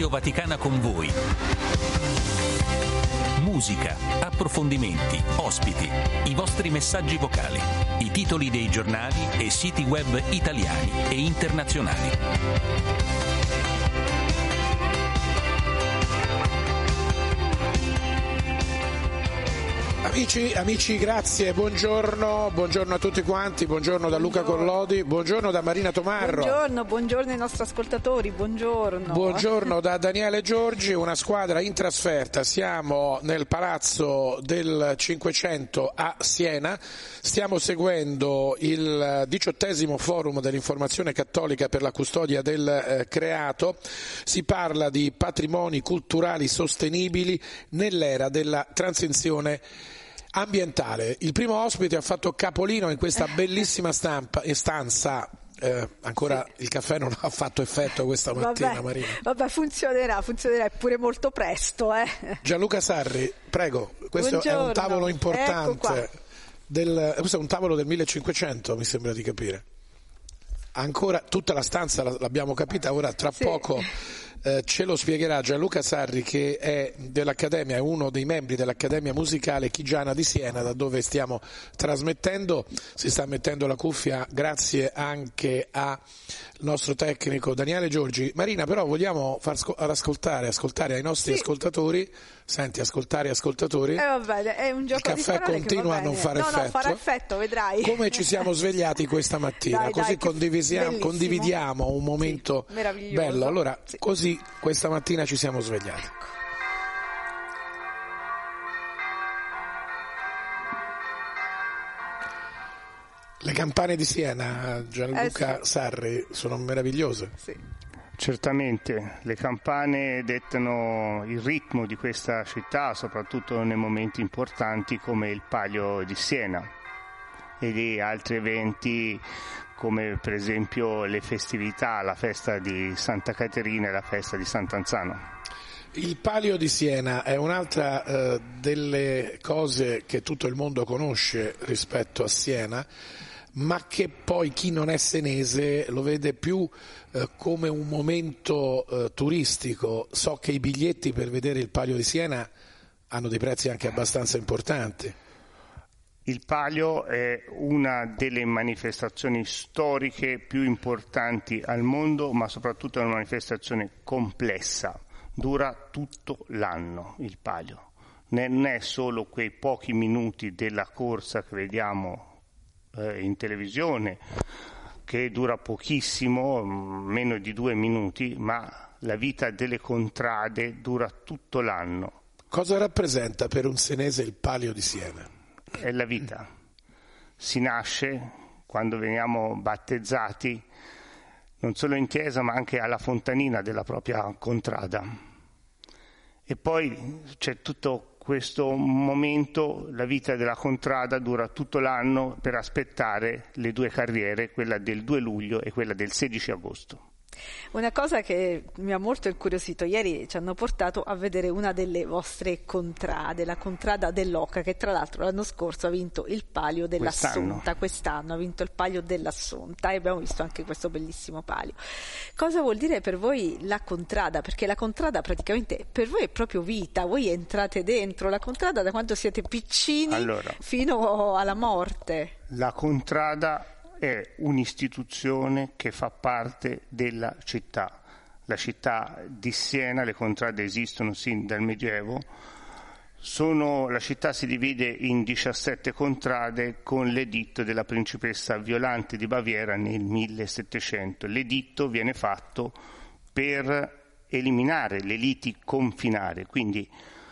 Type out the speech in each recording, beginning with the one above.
Radio Vaticana con voi. Musica, approfondimenti, ospiti, i vostri messaggi vocali, i titoli dei giornali e siti web italiani e internazionali. Amici, grazie, buongiorno a tutti quanti, buongiorno da Luca Collodi, buongiorno da Marina Tomarro. Buongiorno ai nostri ascoltatori, buongiorno da Daniele Giorgi, una squadra in trasferta, siamo nel Palazzo del Cinquecento a Siena, stiamo seguendo il 18° forum dell'informazione cattolica per la custodia del creato, si parla di patrimoni culturali sostenibili nell'era della transizione ambientale. Il primo ospite ha fatto capolino in questa bellissima stanza. Ancora sì. Il caffè non ha fatto effetto questa mattina, Marina. Vabbè, funzionerà, è pure molto presto. Gianluca Sarri, prego, questo buongiorno. È un tavolo importante. Questo è un tavolo del 1500, mi sembra di capire. Ancora tutta la stanza l'abbiamo capita, ora tra poco ce lo spiegherà Gianluca Sarri, che è dell'Accademia, è uno dei membri dell'Accademia Musicale Chigiana di Siena, da dove stiamo trasmettendo. Si sta mettendo la cuffia grazie anche al nostro tecnico Daniele Giorgi. Marina, però vogliamo far ascoltare ai nostri ascoltatori. Senti, ascoltatori. Va bene, è un gioco di parole. Il caffè continua a non fare effetto. No, farà effetto, vedrai. Come ci siamo svegliati questa mattina, così condividiamo un momento bello. Allora, così questa mattina ci siamo svegliati. Ecco. Le campane di Siena, Gianluca Sarri, sono meravigliose. Sì. Certamente, le campane dettano il ritmo di questa città, soprattutto nei momenti importanti come il Palio di Siena e di altri eventi come per esempio le festività, la festa di Santa Caterina e la festa di Sant'Anzano. Il Palio di Siena è un'altra delle cose che tutto il mondo conosce rispetto a Siena, ma che poi chi non è senese lo vede più come un momento turistico. So che i biglietti per vedere il Palio di Siena hanno dei prezzi anche abbastanza importanti. Il Palio è una delle manifestazioni storiche più importanti al mondo, ma soprattutto è una manifestazione complessa. Dura tutto l'anno il Palio. Non è solo quei pochi minuti della corsa che vediamo in televisione, che dura pochissimo, meno di 2 minuti, ma la vita delle contrade dura tutto l'anno. Cosa rappresenta per un senese il Palio di Siena? È la vita. Si nasce quando veniamo battezzati, non solo in chiesa ma anche alla fontanina della propria contrada. E poi c'è tutto questo momento, la vita della contrada dura tutto l'anno per aspettare le 2 carriere, quella del 2 luglio e quella del 16 agosto. Una cosa che mi ha molto incuriosito, ieri ci hanno portato a vedere una delle vostre contrade, la contrada dell'Oca, che tra l'altro l'anno scorso ha vinto il Palio dell'Assunta, quest'anno ha vinto il Palio dell'Assunta e abbiamo visto anche questo bellissimo palio. Cosa vuol dire per voi la contrada? Perché la contrada praticamente per voi è proprio vita, voi entrate dentro la contrada da quando siete piccini fino alla morte. La contrada è un'istituzione che fa parte della città. La città di Siena, le contrade esistono sin dal Medioevo, la città si divide in 17 contrade con l'editto della principessa Violante di Baviera nel 1700. L'editto viene fatto per eliminare le liti confinari, quindi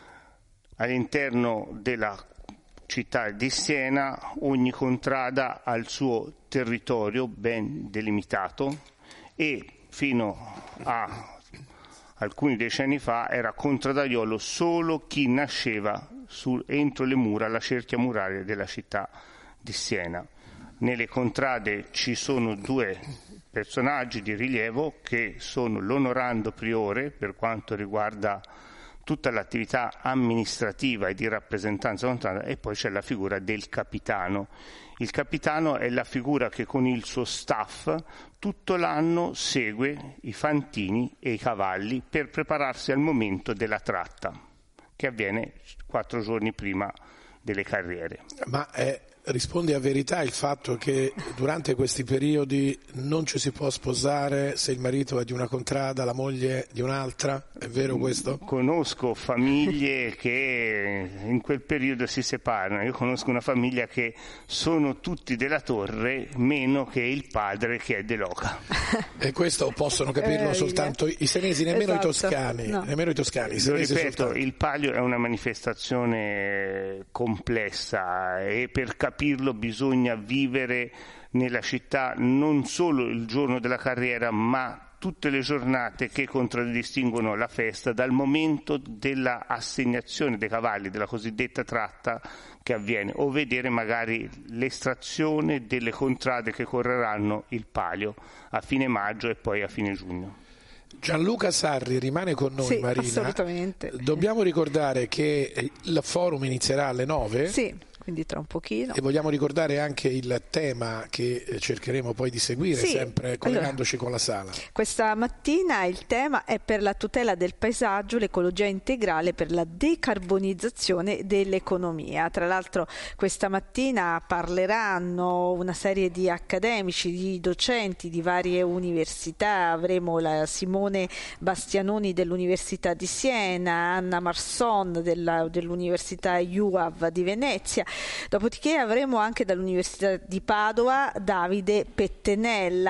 all'interno della città di Siena ogni contrada ha il suo territorio ben delimitato e fino a alcuni decenni fa era contradaiolo solo chi nasceva entro le mura, la cerchia muraria della città di Siena. Nelle contrade ci sono 2 personaggi di rilievo che sono l'onorando priore per quanto riguarda tutta l'attività amministrativa e di rappresentanza contrada, e poi c'è la figura del capitano. Il capitano è la figura che con il suo staff tutto l'anno segue i fantini e i cavalli per prepararsi al momento della tratta, che avviene 4 giorni prima delle carriere. Ma risponde a verità il fatto che durante questi periodi non ci si può sposare se il marito è di una contrada, la moglie di un'altra? È vero questo? Conosco famiglie che in quel periodo si separano. Io conosco una famiglia che sono tutti della Torre, meno che il padre che è dell'Oca. E questo possono capirlo soltanto i senesi, nemmeno esatto. i toscani. No. Nemmeno i toscani. Lo ripeto, il Palio è una manifestazione complessa e per capirlo bisogna vivere nella città non solo il giorno della carriera, ma tutte le giornate che contraddistinguono la festa, dal momento della assegnazione dei cavalli, della cosiddetta tratta che avviene, o vedere magari l'estrazione delle contrade che correranno il Palio a fine maggio e poi a fine giugno. Gianluca Sarri rimane con noi, sì, Marina. Assolutamente. Dobbiamo ricordare che il forum inizierà alle 9. Sì, quindi tra un pochino. E vogliamo ricordare anche il tema che cercheremo poi di seguire, sì, sempre collegandoci con la sala. Questa mattina il tema è per la tutela del paesaggio, l'ecologia integrale per la decarbonizzazione dell'economia. Tra l'altro questa mattina parleranno una serie di accademici, di docenti di varie università. Avremo la Simone Bastianoni dell'Università di Siena, Anna Marson dell'Università UAV di Venezia. Dopodiché avremo anche dall'Università di Padova Davide Pettenella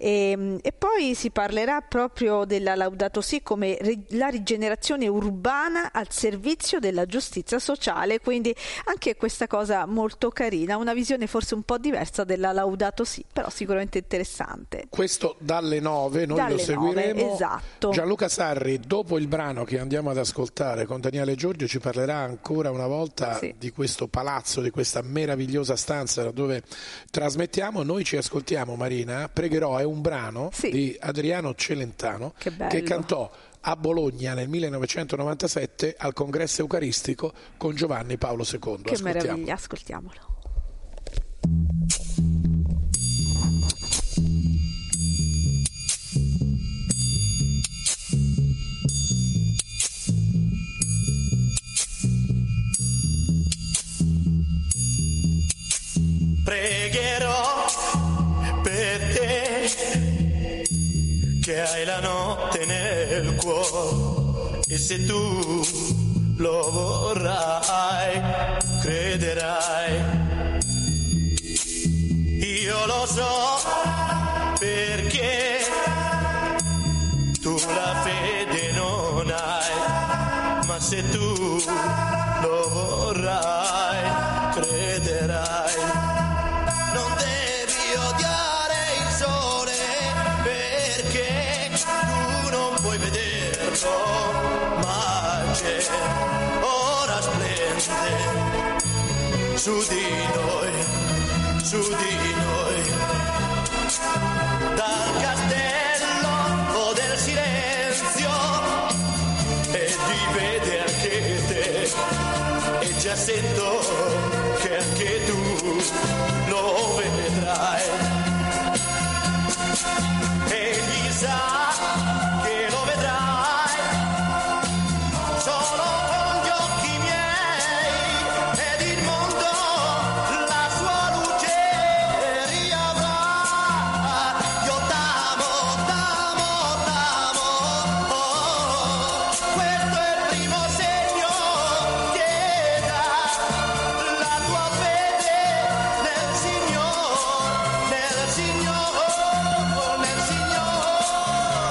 e poi si parlerà proprio della Laudato Si come la rigenerazione urbana al servizio della giustizia sociale, quindi anche questa cosa molto carina, una visione forse un po' diversa della Laudato Si, però sicuramente interessante. Questo dalle 9, noi lo seguiremo. 9, esatto. Gianluca Sarri, dopo il brano che andiamo ad ascoltare con Daniele Giorgio, ci parlerà ancora una volta di questo palazzo, di questa meravigliosa stanza dove trasmettiamo. Noi ci ascoltiamo, Marina, pregherò, è un brano di Adriano Celentano che cantò a Bologna nel 1997 al congresso eucaristico con Giovanni Paolo II. Che meraviglia, ascoltiamolo. Pregherò per te che hai la notte nel cuore, e se tu lo vorrai, crederai. Io lo so perché tu la fede non hai, ma se tu lo vorrai, crederai. Non devi odiare il sole perché tu non puoi vederlo, ma c'è, ora splende su di noi, su di noi. Dal castello del silenzio e rivede anche te, e già sento che anche tu lo vedrai. Egli sa che lo vedrai solo con gli occhi miei, ed il mondo la sua luce riavrà. Io t'amo, t'amo, t'amo, oh, questo è il primo segno che dà la tua fede nel Signore, nel Signore, nel Signore.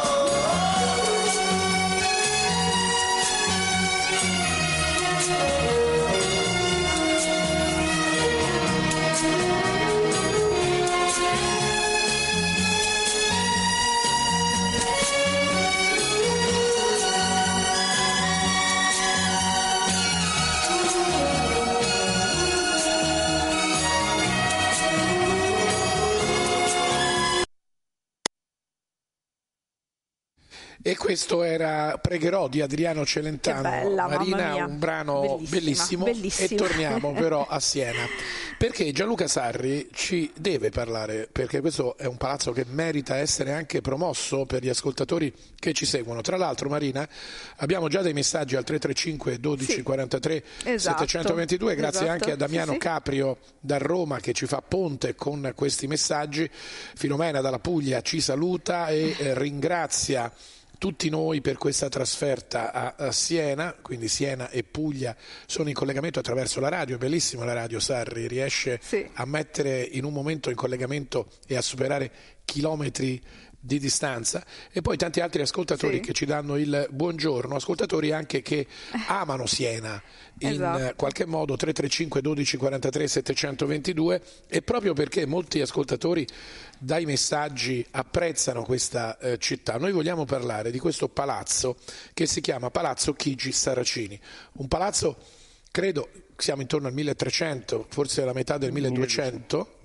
E questo era Pregherò di Adriano Celentano. Che bella, Marina, un brano bellissimo. E torniamo però a Siena, perché Gianluca Sarri ci deve parlare, perché questo è un palazzo che merita essere anche promosso per gli ascoltatori che ci seguono. Tra l'altro, Marina, abbiamo già dei messaggi al 335 12 43 722, grazie anche a Damiano Caprio da Roma che ci fa ponte con questi messaggi. Filomena dalla Puglia ci saluta e ringrazia tutti noi per questa trasferta a Siena, quindi Siena e Puglia sono in collegamento attraverso la radio, è bellissima la radio, Sarri, riesce a mettere in un momento in collegamento e a superare chilometri di distanza, e poi tanti altri ascoltatori che ci danno il buongiorno, ascoltatori anche che amano Siena in qualche modo. 335 12 43 722, e proprio perché molti ascoltatori dai messaggi apprezzano questa città, noi vogliamo parlare di questo palazzo che si chiama Palazzo Chigi Saracini, un palazzo, credo siamo intorno al 1300, forse alla metà del 1200,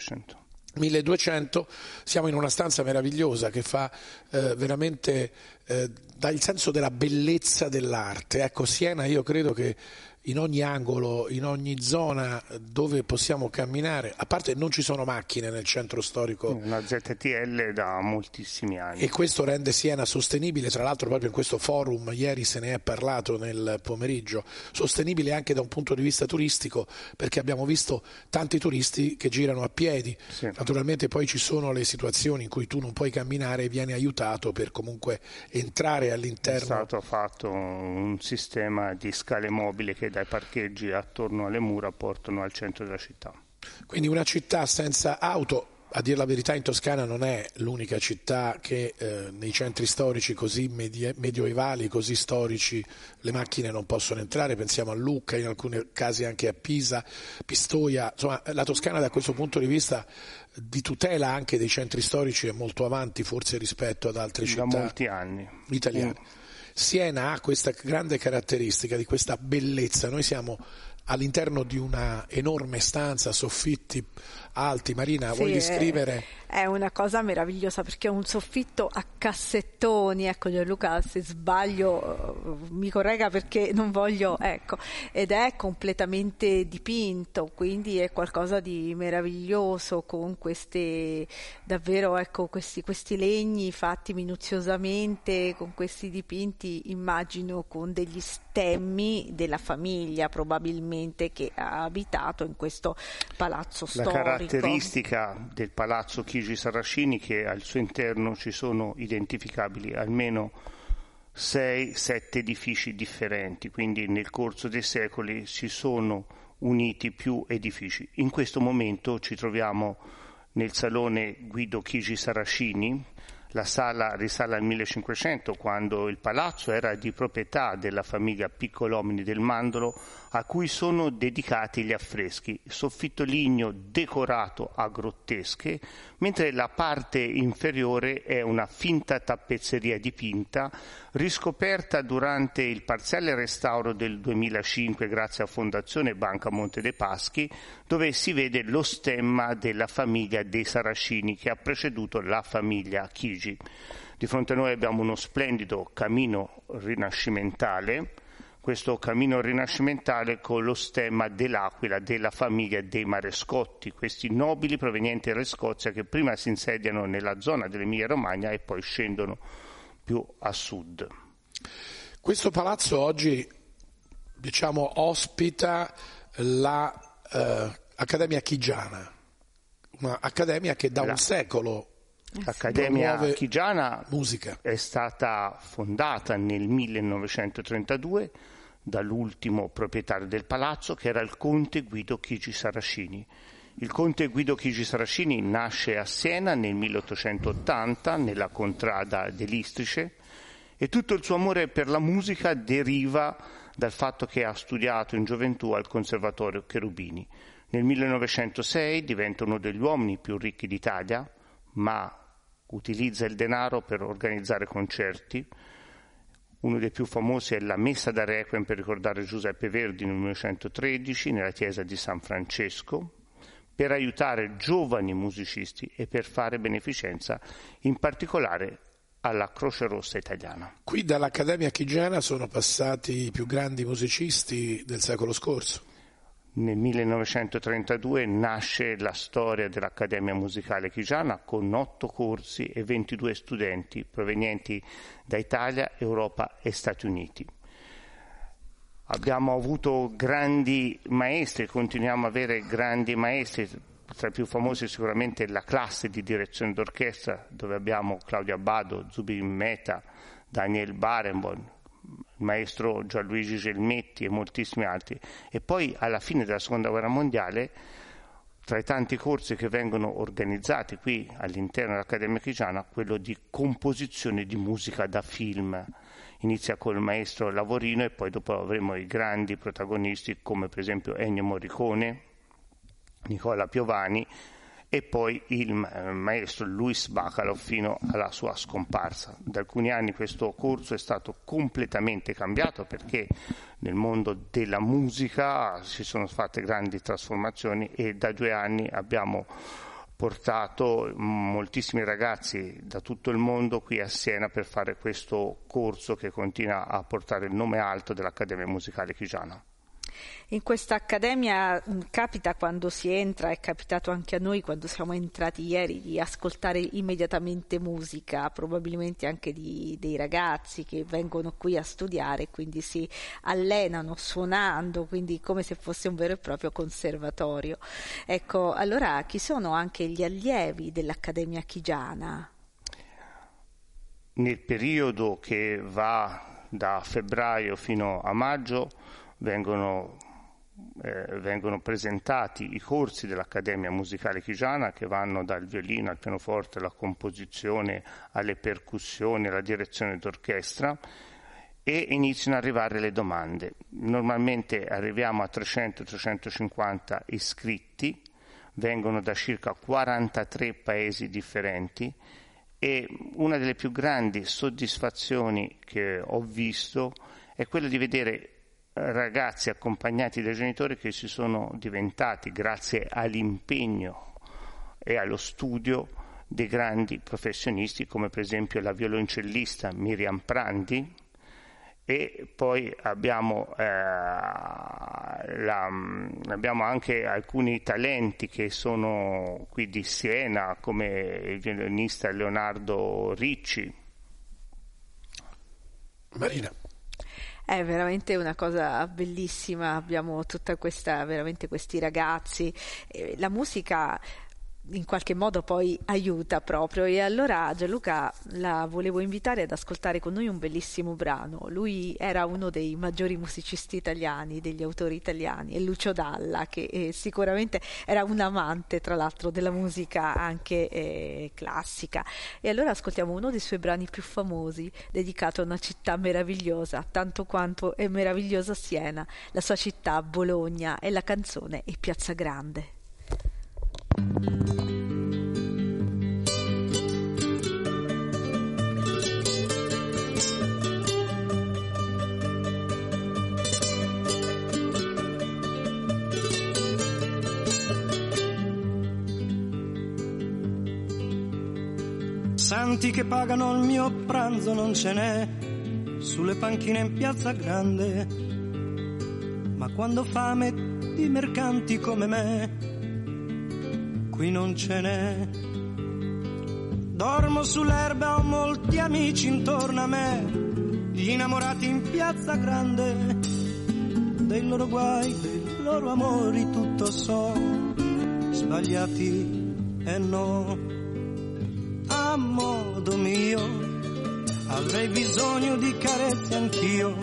siamo in una stanza meravigliosa che fa veramente dà il senso della bellezza dell'arte. Ecco, Siena, io credo che in ogni angolo, in ogni zona dove possiamo camminare, a parte non ci sono macchine nel centro storico. Una ZTL da moltissimi anni. E questo rende Siena sostenibile, tra l'altro proprio in questo forum, ieri se ne è parlato nel pomeriggio, sostenibile anche da un punto di vista turistico, perché abbiamo visto tanti turisti che girano a piedi. Naturalmente poi ci sono le situazioni in cui tu non puoi camminare e vieni aiutato per comunque entrare all'interno. È stato fatto un sistema di scale mobili che dai parcheggi attorno alle mura portano al centro della città. Quindi una città senza auto. A dire la verità, in Toscana non è l'unica città che nei centri storici così medioevali, così storici, le macchine non possono entrare. Pensiamo a Lucca, in alcuni casi anche a Pisa, Pistoia. Insomma, la Toscana da questo punto di vista di tutela anche dei centri storici è molto avanti, forse rispetto ad altre città da molti anni italiane. Siena ha questa grande caratteristica di questa bellezza. Noi siamo all'interno di una enorme stanza, soffitti alti. Marina, vuoi descrivere? È una cosa meravigliosa perché è un soffitto a cassettoni, ecco, Gianluca, se sbaglio mi corregga perché non voglio, ecco, ed è completamente dipinto, quindi è qualcosa di meraviglioso con queste, davvero, ecco, questi legni fatti minuziosamente, con questi dipinti, immagino con degli stemmi della famiglia probabilmente che ha abitato in questo palazzo storico. La caratteristica del palazzo Chigi Saracini che al suo interno ci sono identificabili almeno 6-7 edifici differenti, quindi nel corso dei secoli si sono uniti più edifici. In questo momento ci troviamo nel salone Guido Chigi Saracini. La sala risale al 1500, quando il palazzo era di proprietà della famiglia Piccolomini del Mandolo, a cui sono dedicati gli affreschi, soffitto ligneo decorato a grottesche, mentre la parte inferiore è una finta tappezzeria dipinta, riscoperta durante il parziale restauro del 2005 grazie a Fondazione Banca Monte dei Paschi, dove si vede lo stemma della famiglia dei Saracini che ha preceduto la famiglia Chigi. Di fronte a noi abbiamo uno splendido camino rinascimentale, questo camino rinascimentale con lo stemma dell'aquila della famiglia dei Marescotti, questi nobili provenienti dalla Scozia che prima si insediano nella zona dell'Emilia Romagna e poi scendono più a sud. Questo palazzo oggi, diciamo, ospita la Accademia Chigiana, un'accademia che da un secolo L'Accademia Chigiana musica. È stata fondata nel 1932 dall'ultimo proprietario del palazzo, che era il conte Guido Chigi Saracini. Il conte Guido Chigi Saracini nasce a Siena nel 1880 nella contrada dell'Istrice e tutto il suo amore per la musica deriva dal fatto che ha studiato in gioventù al Conservatorio Cherubini. Nel 1906 diventa uno degli uomini più ricchi d'Italia, ma utilizza il denaro per organizzare concerti. Uno dei più famosi è la Messa da Requiem per ricordare Giuseppe Verdi nel 1913 nella chiesa di San Francesco, per aiutare giovani musicisti e per fare beneficenza, in particolare alla Croce Rossa italiana. Qui dall'Accademia Chigiana sono passati i più grandi musicisti del secolo scorso. Nel 1932 nasce la storia dell'Accademia Musicale Chigiana con 8 corsi e 22 studenti provenienti da Italia, Europa e Stati Uniti. Abbiamo avuto grandi maestri, continuiamo a avere grandi maestri, tra i più famosi sicuramente la classe di direzione d'orchestra, dove abbiamo Claudio Abbado, Zubin Mehta, Daniel Barenboim, il maestro Gianluigi Gelmetti e moltissimi altri. E poi alla fine della Seconda Guerra Mondiale, tra i tanti corsi che vengono organizzati qui all'interno dell'Accademia Chigiana, quello di composizione di musica da film. Inizia col maestro Lavorino e poi dopo avremo i grandi protagonisti come per esempio Ennio Morricone, Nicola Piovani e poi il maestro Luis Bacalov fino alla sua scomparsa. Da alcuni anni questo corso è stato completamente cambiato perché nel mondo della musica si sono fatte grandi trasformazioni e da 2 anni abbiamo portato moltissimi ragazzi da tutto il mondo qui a Siena per fare questo corso che continua a portare il nome alto dell'Accademia Musicale Chigiana. In questa accademia capita quando si entra, è capitato anche a noi quando siamo entrati ieri, di ascoltare immediatamente musica, probabilmente anche dei ragazzi che vengono qui a studiare, quindi si allenano suonando, quindi come se fosse un vero e proprio conservatorio. Ecco, allora chi sono anche gli allievi dell'Accademia Chigiana? Nel periodo che va da febbraio fino a maggio vengono presentati i corsi dell'Accademia Musicale Chigiana che vanno dal violino al pianoforte, alla composizione, alle percussioni, alla direzione d'orchestra e iniziano ad arrivare le domande. Normalmente arriviamo a 300-350 iscritti, vengono da circa 43 paesi differenti e una delle più grandi soddisfazioni che ho visto è quella di vedere ragazzi accompagnati dai genitori che si sono diventati, grazie all'impegno e allo studio, dei grandi professionisti come per esempio la violoncellista Miriam Prandi e poi abbiamo anche alcuni talenti che sono qui di Siena come il violinista Leonardo Ricci. Marina. È veramente una cosa bellissima, abbiamo tutta questa, veramente questi ragazzi, la musica in qualche modo poi aiuta proprio e allora Gianluca la volevo invitare ad ascoltare con noi un bellissimo brano. Lui era uno dei maggiori musicisti italiani, degli autori italiani, è Lucio Dalla che sicuramente era un amante tra l'altro della musica anche classica e allora ascoltiamo uno dei suoi brani più famosi dedicato a una città meravigliosa tanto quanto è meravigliosa Siena, la sua città Bologna e la canzone è Piazza Grande. Santi che pagano il mio pranzo non ce n'è sulle panchine in Piazza Grande, ma quando fame di mercanti come me qui non ce n'è. Dormo sull'erba, ho molti amici intorno a me, gli innamorati in Piazza Grande, dei loro guai, dei loro amori tutto so, sbagliati e no. A modo mio avrei bisogno di carezze anch'io,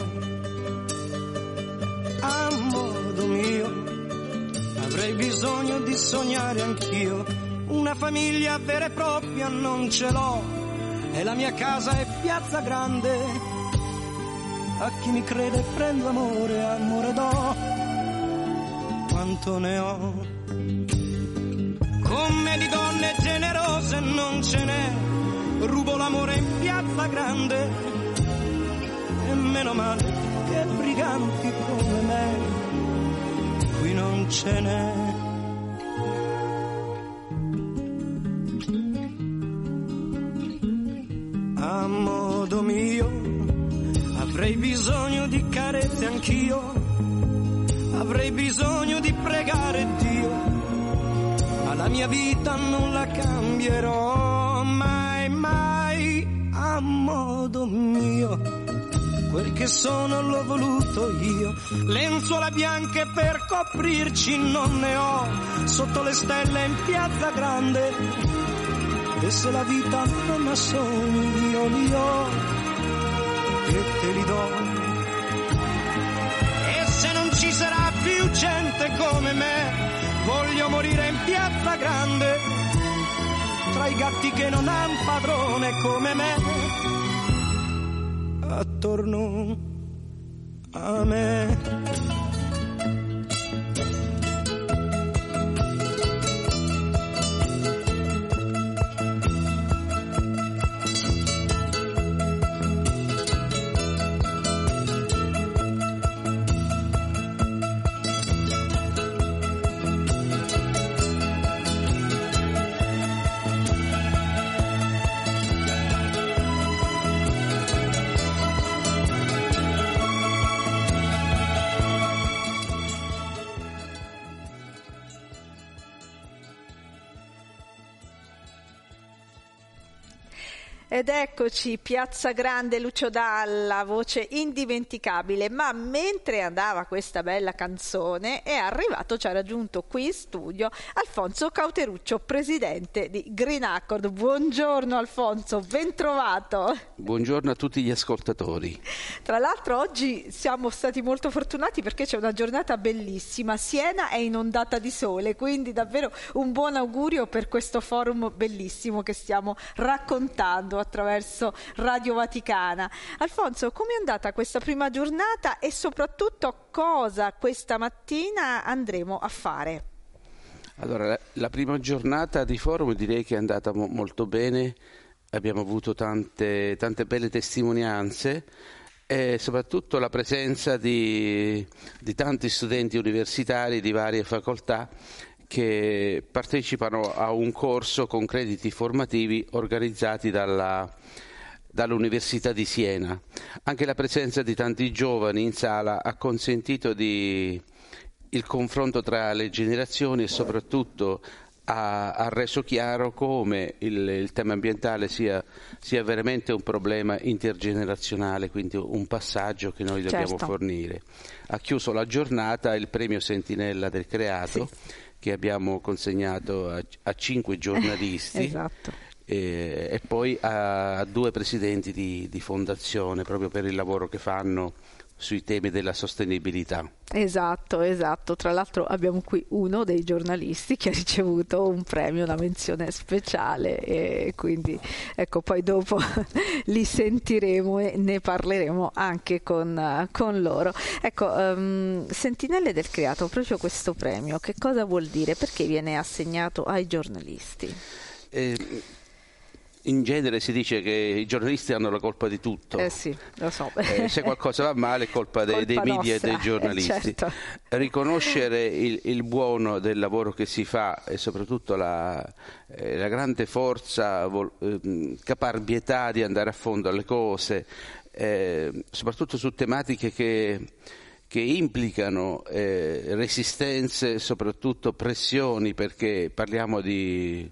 a modo mio avrei bisogno di sognare anch'io, una famiglia vera e propria non ce l'ho e la mia casa è Piazza Grande. A chi mi crede prendo amore, amore do, quanto ne ho. Come di donne generose non ce n'è, rubo l'amore in Piazza Grande e meno male che briganti come me qui non ce n'è. A Avrei bisogno di carezze anch'io, avrei bisogno di pregare Dio, ma la mia vita non la cambierò mai, mai a modo mio. Quel che sono l'ho voluto io, lenzuola bianche per coprirci non ne ho, sotto le stelle in Piazza Grande, e se la vita non ha sogni io li ho e te li do. E se non ci sarà più gente come me, voglio morire in Piazza Grande, tra i gatti che non han padrone come me, attorno a me. Ed eccoci, Piazza Grande, Lucio Dalla, voce indimenticabile. Ma mentre andava questa bella canzone è arrivato, ci ha raggiunto qui in studio Alfonso Cauteruccio, presidente di Green Accord. Buongiorno Alfonso, ben trovato. Buongiorno a tutti gli ascoltatori. Tra l'altro oggi siamo stati molto fortunati perché c'è una giornata bellissima, Siena è inondata di sole, quindi davvero un buon augurio per questo forum bellissimo che stiamo raccontando attraverso Radio Vaticana. Alfonso, com'è andata questa prima giornata e soprattutto cosa questa mattina andremo a fare? Allora, la prima giornata di forum direi che è andata molto bene, abbiamo avuto tante belle testimonianze e soprattutto la presenza di tanti studenti universitari di varie facoltà che partecipano a un corso con crediti formativi organizzati dall'Università di Siena. Anche la presenza di tanti giovani in sala ha consentito il confronto tra le generazioni e soprattutto ha reso chiaro come il tema ambientale sia veramente un problema intergenerazionale, quindi un passaggio che noi dobbiamo fornire. Ha chiuso la giornata il premio Sentinella del Creato, che abbiamo consegnato a 5 giornalisti. Esatto. E poi a 2 presidenti di fondazione, proprio per il lavoro che fanno sui temi della sostenibilità. Esatto. Tra l'altro abbiamo qui uno dei giornalisti che ha ricevuto un premio, una menzione speciale, e quindi ecco, poi dopo li sentiremo e ne parleremo anche con loro. Ecco, Sentinelle del Creato, proprio questo premio, che cosa vuol dire? Perché viene assegnato ai giornalisti? In genere si dice che i giornalisti hanno la colpa di tutto. Sì, lo so. Se qualcosa va male è colpa dei media e dei giornalisti. Certo. Riconoscere il buono del lavoro che si fa e soprattutto la grande forza, caparbietà di andare a fondo alle cose, soprattutto su tematiche che implicano resistenze, soprattutto pressioni, perché parliamo di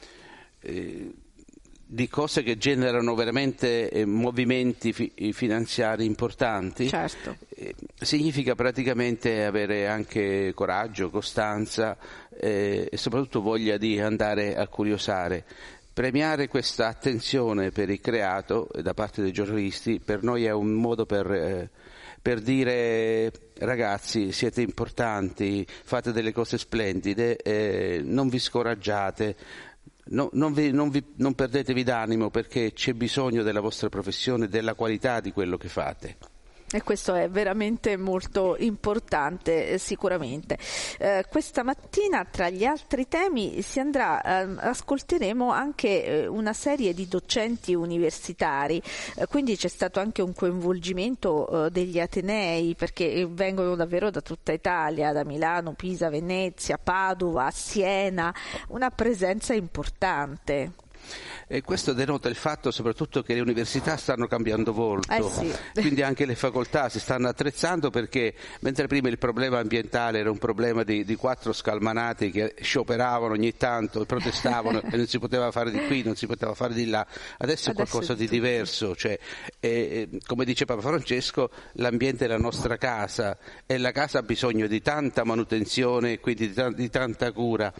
cose che generano veramente movimenti finanziari importanti. Certo. Significa praticamente avere anche coraggio, costanza e soprattutto voglia di andare a curiosare. Premiare questa attenzione per il creato da parte dei giornalisti per noi è un modo per dire: ragazzi, siete importanti, fate delle cose splendide, non vi scoraggiate. Non perdetevi d'animo, perché c'è bisogno della vostra professione, della qualità di quello che fate. E questo è veramente molto importante, sicuramente. Questa mattina, tra gli altri temi, ascolteremo anche una serie di docenti universitari, quindi c'è stato anche un coinvolgimento degli atenei, perché vengono davvero da tutta Italia, da Milano, Pisa, Venezia, Padova, Siena, una presenza importante. E questo denota il fatto soprattutto che le università stanno cambiando volto, sì. Quindi anche le facoltà si stanno attrezzando, perché mentre prima il problema ambientale era un problema di 4 scalmanati che scioperavano ogni tanto, protestavano e non si poteva fare di qui, non si poteva fare di là, adesso è qualcosa di diverso, cioè, come dice Papa Francesco, l'ambiente è la nostra casa e la casa ha bisogno di tanta manutenzione, quindi di tanta cura,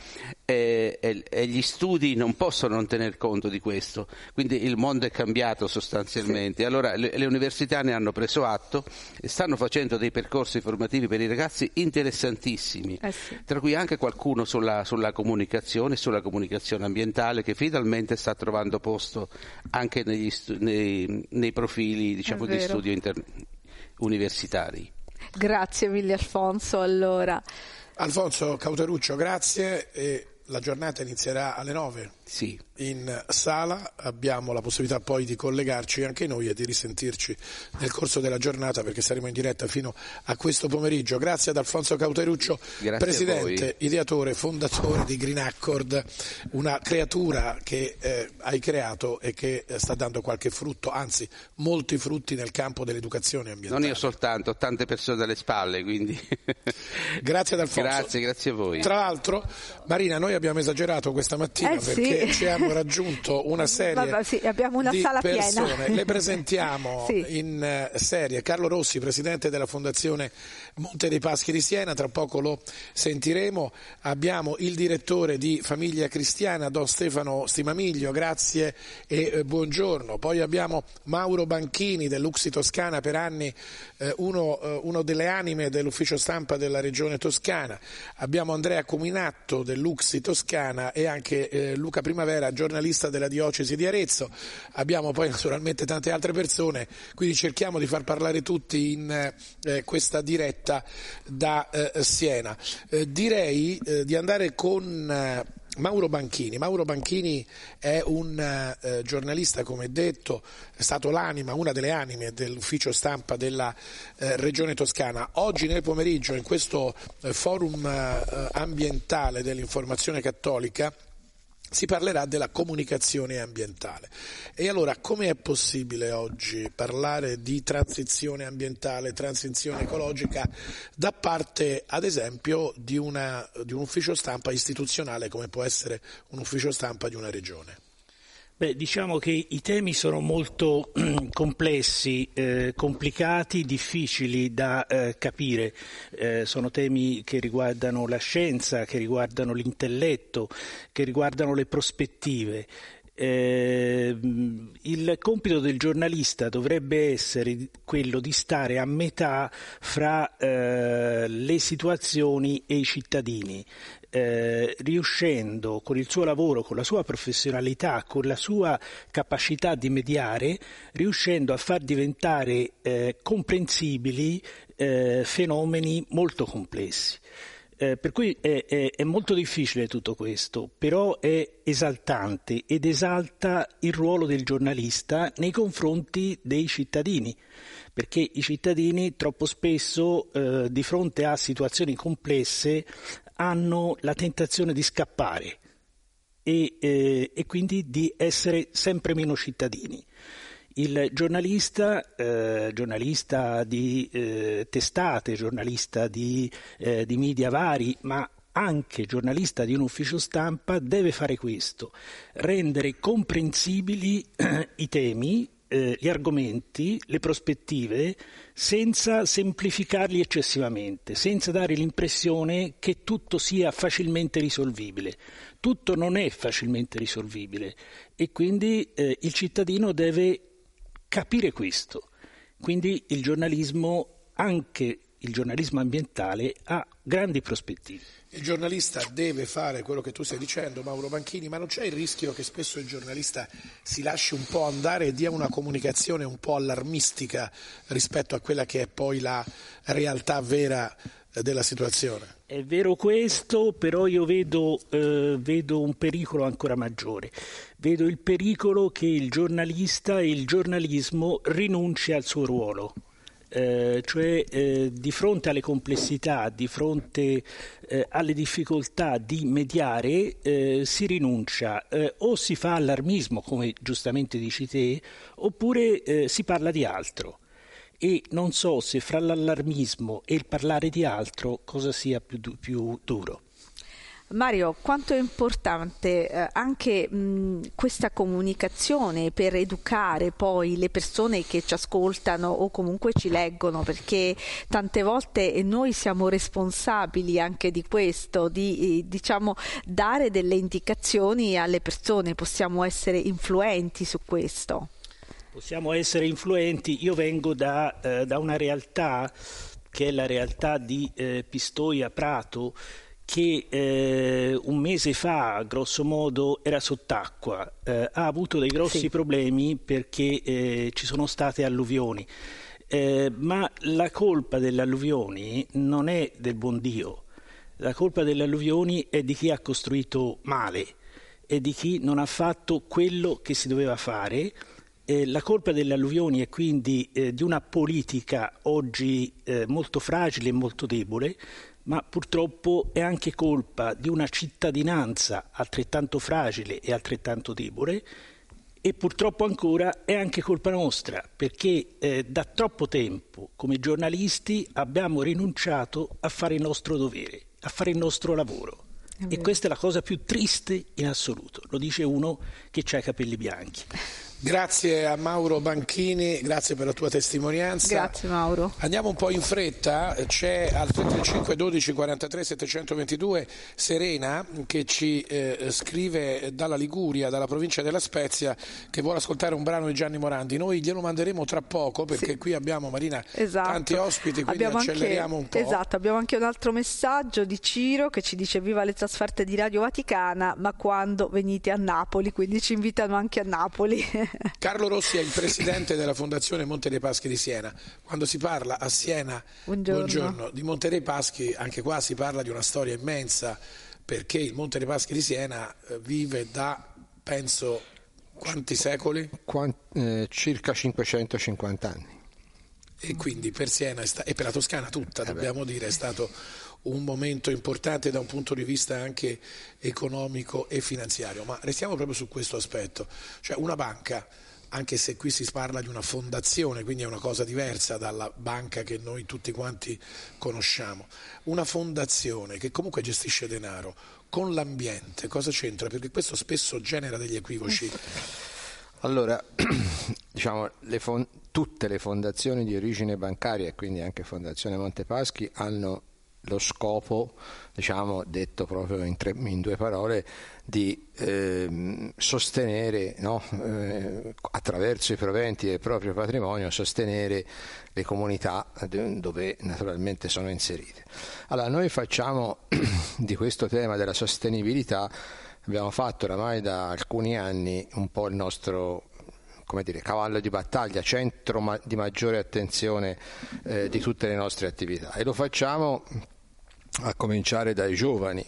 e gli studi non possono non tener conto di questo, quindi il mondo è cambiato sostanzialmente. Allora le università ne hanno preso atto e stanno facendo dei percorsi formativi per i ragazzi interessantissimi, tra cui anche qualcuno sulla comunicazione ambientale, che finalmente sta trovando posto anche nei profili, diciamo, di studio universitari. Grazie mille Alfonso. Allora, Alfonso Cauteruccio, grazie, e la giornata inizierà alle 9. Sì. In sala abbiamo la possibilità poi di collegarci anche noi e di risentirci nel corso della giornata, perché saremo in diretta fino a questo pomeriggio. Grazie ad Alfonso Cauteruccio, presidente, ideatore, fondatore di Green Accord, una creatura che hai creato e che sta dando qualche frutto, anzi molti frutti nel campo dell'educazione ambientale. Non io soltanto, ho tante persone alle spalle, quindi grazie ad Alfonso. Grazie a voi. Tra l'altro, Marina, noi abbiamo esagerato questa mattina perché ci hanno raggiunto una serie abbiamo una di sala persone. piena. Le presentiamo in serie. Carlo Rossi, presidente della Fondazione Monte dei Paschi di Siena, tra poco lo sentiremo. Abbiamo il direttore di Famiglia Cristiana, Don Stefano Stimamiglio, grazie e buongiorno. Poi abbiamo Mauro Banchini dell'Uxi Toscana, per anni uno delle anime dell'ufficio stampa della regione Toscana. Abbiamo Andrea Cuminatto dell'Uxi Toscana e anche Luca Primavera, giornalista della diocesi di Arezzo. Abbiamo poi naturalmente tante altre persone, quindi cerchiamo di far parlare tutti in questa diretta da Siena. Direi di andare con Mauro Banchini. Mauro Banchini è un giornalista, come detto, è stato una delle anime dell'ufficio stampa della regione Toscana. Oggi nel pomeriggio, in questo forum ambientale dell'informazione cattolica, si parlerà della comunicazione ambientale. E allora, come è possibile oggi parlare di transizione ambientale, transizione ecologica da parte, ad esempio, di un ufficio stampa istituzionale come può essere un ufficio stampa di una regione? Diciamo che i temi sono molto complessi, complicati, difficili da capire. Sono temi che riguardano la scienza, che riguardano l'intelletto, che riguardano le prospettive. Il compito del giornalista dovrebbe essere quello di stare a metà fra le situazioni e i cittadini, riuscendo con il suo lavoro, con la sua professionalità, con la sua capacità di mediare, riuscendo a far diventare comprensibili fenomeni molto complessi. Per cui è molto difficile tutto questo, però è esaltante ed esalta il ruolo del giornalista nei confronti dei cittadini, perché i cittadini troppo spesso di fronte a situazioni complesse hanno la tentazione di scappare e quindi di essere sempre meno cittadini. Il giornalista di testate, giornalista di media vari, ma anche giornalista di un ufficio stampa, deve fare questo: rendere comprensibili i temi, gli argomenti, le prospettive, senza semplificarli eccessivamente, senza dare l'impressione che tutto sia facilmente risolvibile. Tutto non è facilmente risolvibile e quindi il cittadino deve capire questo. Quindi il giornalismo, anche il giornalismo ambientale, ha grandi prospettive. Il giornalista deve fare quello che tu stai dicendo, Mauro Banchini, ma non c'è il rischio che spesso il giornalista si lasci un po' andare e dia una comunicazione un po' allarmistica rispetto a quella che è poi la realtà vera della situazione? È vero questo, però io vedo un pericolo ancora maggiore. Vedo il pericolo che il giornalista e il giornalismo rinunci al suo ruolo di fronte alle complessità, di fronte alle difficoltà di mediare, si rinuncia o si fa allarmismo, come giustamente dici te, oppure si parla di altro. E non so se fra l'allarmismo e il parlare di altro cosa sia più duro. Mario, quanto è importante anche questa comunicazione per educare poi le persone che ci ascoltano o comunque ci leggono, perché tante volte noi siamo responsabili anche di questo, di dare delle indicazioni alle persone, possiamo essere influenti su questo. Possiamo essere influenti. Io vengo da una realtà che è la realtà di Pistoia Prato, che un mese fa, grosso modo, era sott'acqua, ha avuto dei grossi problemi perché ci sono state alluvioni, ma la colpa delle alluvioni non è del buon Dio, la colpa delle alluvioni è di chi ha costruito male e di chi non ha fatto quello che si doveva fare. La colpa delle alluvioni è quindi di una politica oggi molto fragile e molto debole, ma purtroppo è anche colpa di una cittadinanza altrettanto fragile e altrettanto debole, e purtroppo ancora è anche colpa nostra, perché da troppo tempo come giornalisti abbiamo rinunciato a fare il nostro dovere, a fare il nostro lavoro. E questa è la cosa più triste in assoluto, lo dice uno che ha i capelli bianchi. Grazie a Mauro Banchini, grazie per la tua testimonianza. Grazie Mauro. Andiamo un po' in fretta, c'è al 335 12 43 722 Serena che ci scrive dalla Liguria, dalla provincia della Spezia, che vuole ascoltare un brano di Gianni Morandi. Noi glielo manderemo tra poco perché qui abbiamo, Marina, tanti ospiti, quindi acceleriamo un po'. Esatto, abbiamo anche un altro messaggio di Ciro che ci dice: viva le trasferte di Radio Vaticana, ma quando venite a Napoli, quindi ci invitano anche a Napoli. Carlo Rossi è il presidente della Fondazione Monte dei Paschi di Siena. Quando si parla a Siena, buongiorno, di Monte dei Paschi, anche qua si parla di una storia immensa, perché il Monte dei Paschi di Siena vive da, penso, quanti secoli? Circa 550 anni. E quindi per Siena e per la Toscana tutta, dobbiamo dire, è stato un momento importante da un punto di vista anche economico e finanziario. Ma restiamo proprio su questo aspetto, cioè una banca, anche se qui si parla di una fondazione, quindi è una cosa diversa dalla banca che noi tutti quanti conosciamo, una fondazione che comunque gestisce denaro con l'ambiente, cosa c'entra? Perché questo spesso genera degli equivoci. Allora, diciamo, tutte le fondazioni di origine bancaria, e quindi anche Fondazione Montepaschi, hanno lo scopo, diciamo, detto proprio in due parole, di sostenere, no? Attraverso i proventi del proprio patrimonio, sostenere le comunità dove naturalmente sono inserite. Allora, noi facciamo di questo tema della sostenibilità, abbiamo fatto oramai da alcuni anni un po' il nostro, come dire, cavallo di battaglia, centro di maggiore attenzione di tutte le nostre attività, e lo facciamo a cominciare dai giovani.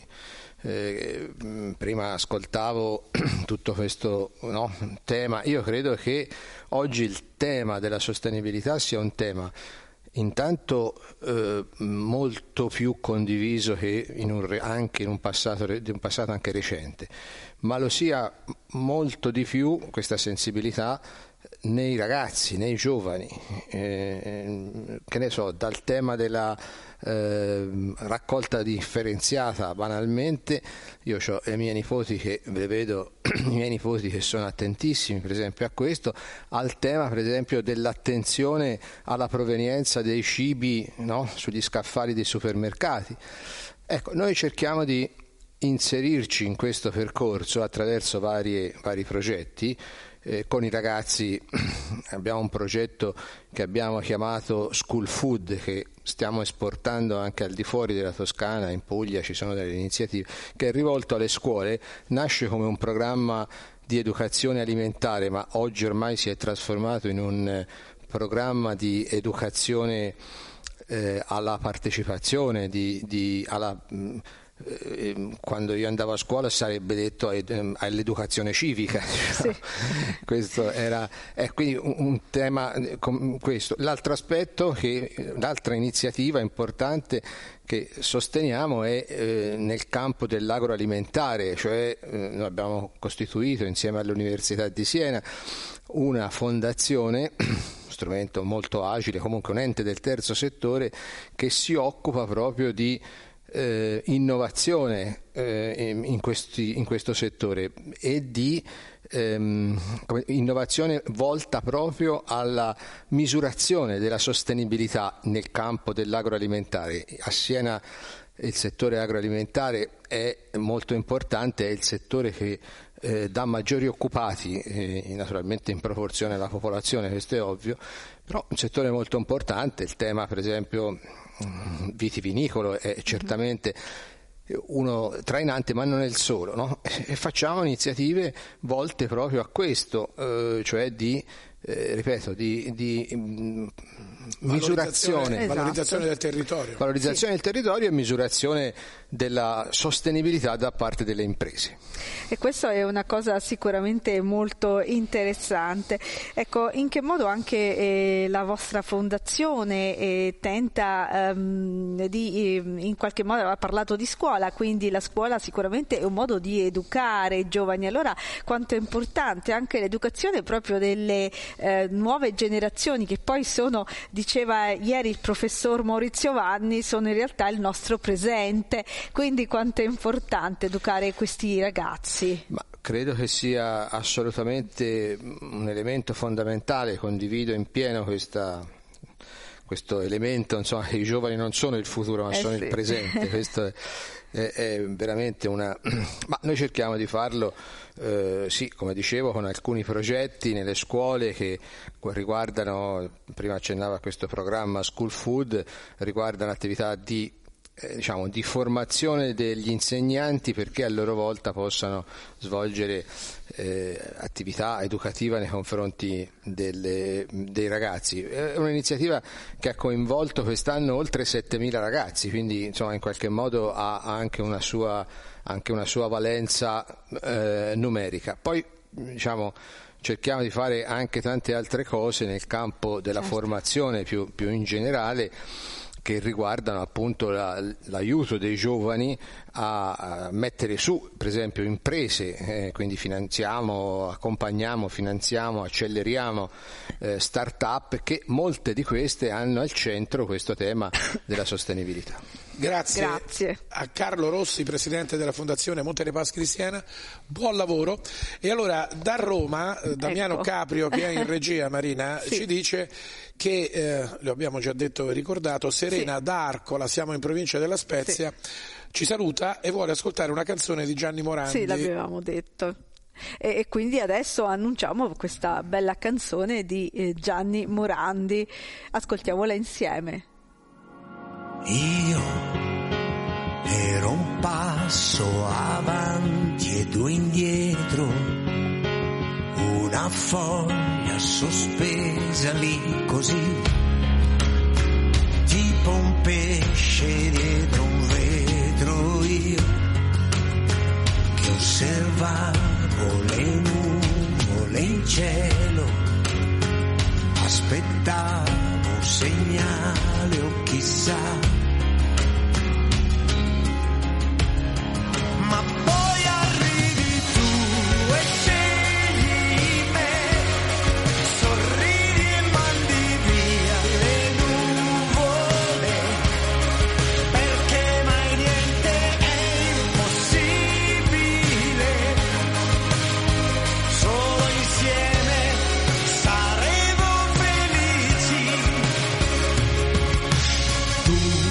Prima ascoltavo tutto questo tema. Io credo che oggi il tema della sostenibilità sia un tema intanto molto più condiviso che anche in un passato anche recente, ma lo sia molto di più questa sensibilità nei ragazzi, nei giovani, che ne so, dal tema della raccolta differenziata, banalmente. Io ho i miei nipoti che vedo, i miei nipoti che sono attentissimi per esempio a questo, al tema per esempio dell'attenzione alla provenienza dei cibi, no? Sugli scaffali dei supermercati. Ecco, noi cerchiamo di inserirci in questo percorso attraverso vari progetti. Con i ragazzi abbiamo un progetto che abbiamo chiamato School Food, che stiamo esportando anche al di fuori della Toscana. In Puglia ci sono delle iniziative, che è rivolto alle scuole, nasce come un programma di educazione alimentare, ma oggi ormai si è trasformato in un programma di educazione alla partecipazione, alla quando io andavo a scuola sarebbe detto all'educazione civica. Sì. Questo era quindi un tema come questo. L'altro aspetto, l'altra iniziativa importante che sosteniamo è nel campo dell'agroalimentare, cioè noi abbiamo costituito insieme all'Università di Siena una fondazione, strumento molto agile, comunque un ente del terzo settore che si occupa proprio di innovazione in questo settore e di innovazione volta proprio alla misurazione della sostenibilità nel campo dell'agroalimentare. A Siena il settore agroalimentare è molto importante, è il settore che dà maggiori occupati, naturalmente in proporzione alla popolazione, questo è ovvio, però un settore molto importante. Il tema per esempio vitivinicolo è certamente uno trainante, ma non è il solo, no? E facciamo iniziative volte proprio a questo, cioè di misurazione, valorizzazione del territorio, valorizzazione del territorio e misurazione della sostenibilità da parte delle imprese. E questo è una cosa sicuramente molto interessante. Ecco, in che modo anche la vostra fondazione tenta in qualche modo, aveva parlato di scuola, quindi la scuola sicuramente è un modo di educare i giovani. Allora quanto è importante anche l'educazione proprio delle nuove generazioni, che poi sono, diceva ieri il professor Maurizio Vanni, sono in realtà il nostro presente, quindi quanto è importante educare questi ragazzi? Ma credo che sia assolutamente un elemento fondamentale, condivido in pieno questo elemento, insomma, che i giovani non sono il futuro ma sono il presente, questo è veramente ma noi cerchiamo di farlo sì, come dicevo, con alcuni progetti nelle scuole che riguardano, prima accennava a questo programma School Food, riguardano attività di formazione degli insegnanti perché a loro volta possano svolgere attività educativa nei confronti dei ragazzi. È un'iniziativa che ha coinvolto quest'anno oltre 7.000 ragazzi, quindi insomma in qualche modo ha anche una sua valenza numerica. Poi cerchiamo di fare anche tante altre cose nel campo della formazione più in generale, che riguardano appunto l'aiuto dei giovani a mettere su, per esempio, imprese, quindi accompagniamo, finanziamo, acceleriamo start-up, che molte di queste hanno al centro questo tema della sostenibilità. Grazie a Carlo Rossi, presidente della Fondazione Monte dei Paschi di Siena, buon lavoro. E allora da Roma Damiano Caprio, che è in regia, Marina, ci dice che, lo abbiamo già detto e ricordato, Serena d'Arcola, siamo in provincia della Spezia, ci saluta e vuole ascoltare una canzone di Gianni Morandi. Sì, l'avevamo detto. E quindi adesso annunciamo questa bella canzone di Gianni Morandi, ascoltiamola insieme. Io ero un passo avanti e due indietro, una foglia sospesa lì così, tipo un pesce dietro un vetro, io che osservavo le nuvole in cielo, aspettavo un segnale o chissà. Ma poi arrivi tu e scegli me, sorridi e mandi via le nuvole, perché mai niente è impossibile, solo insieme saremo felici. Tu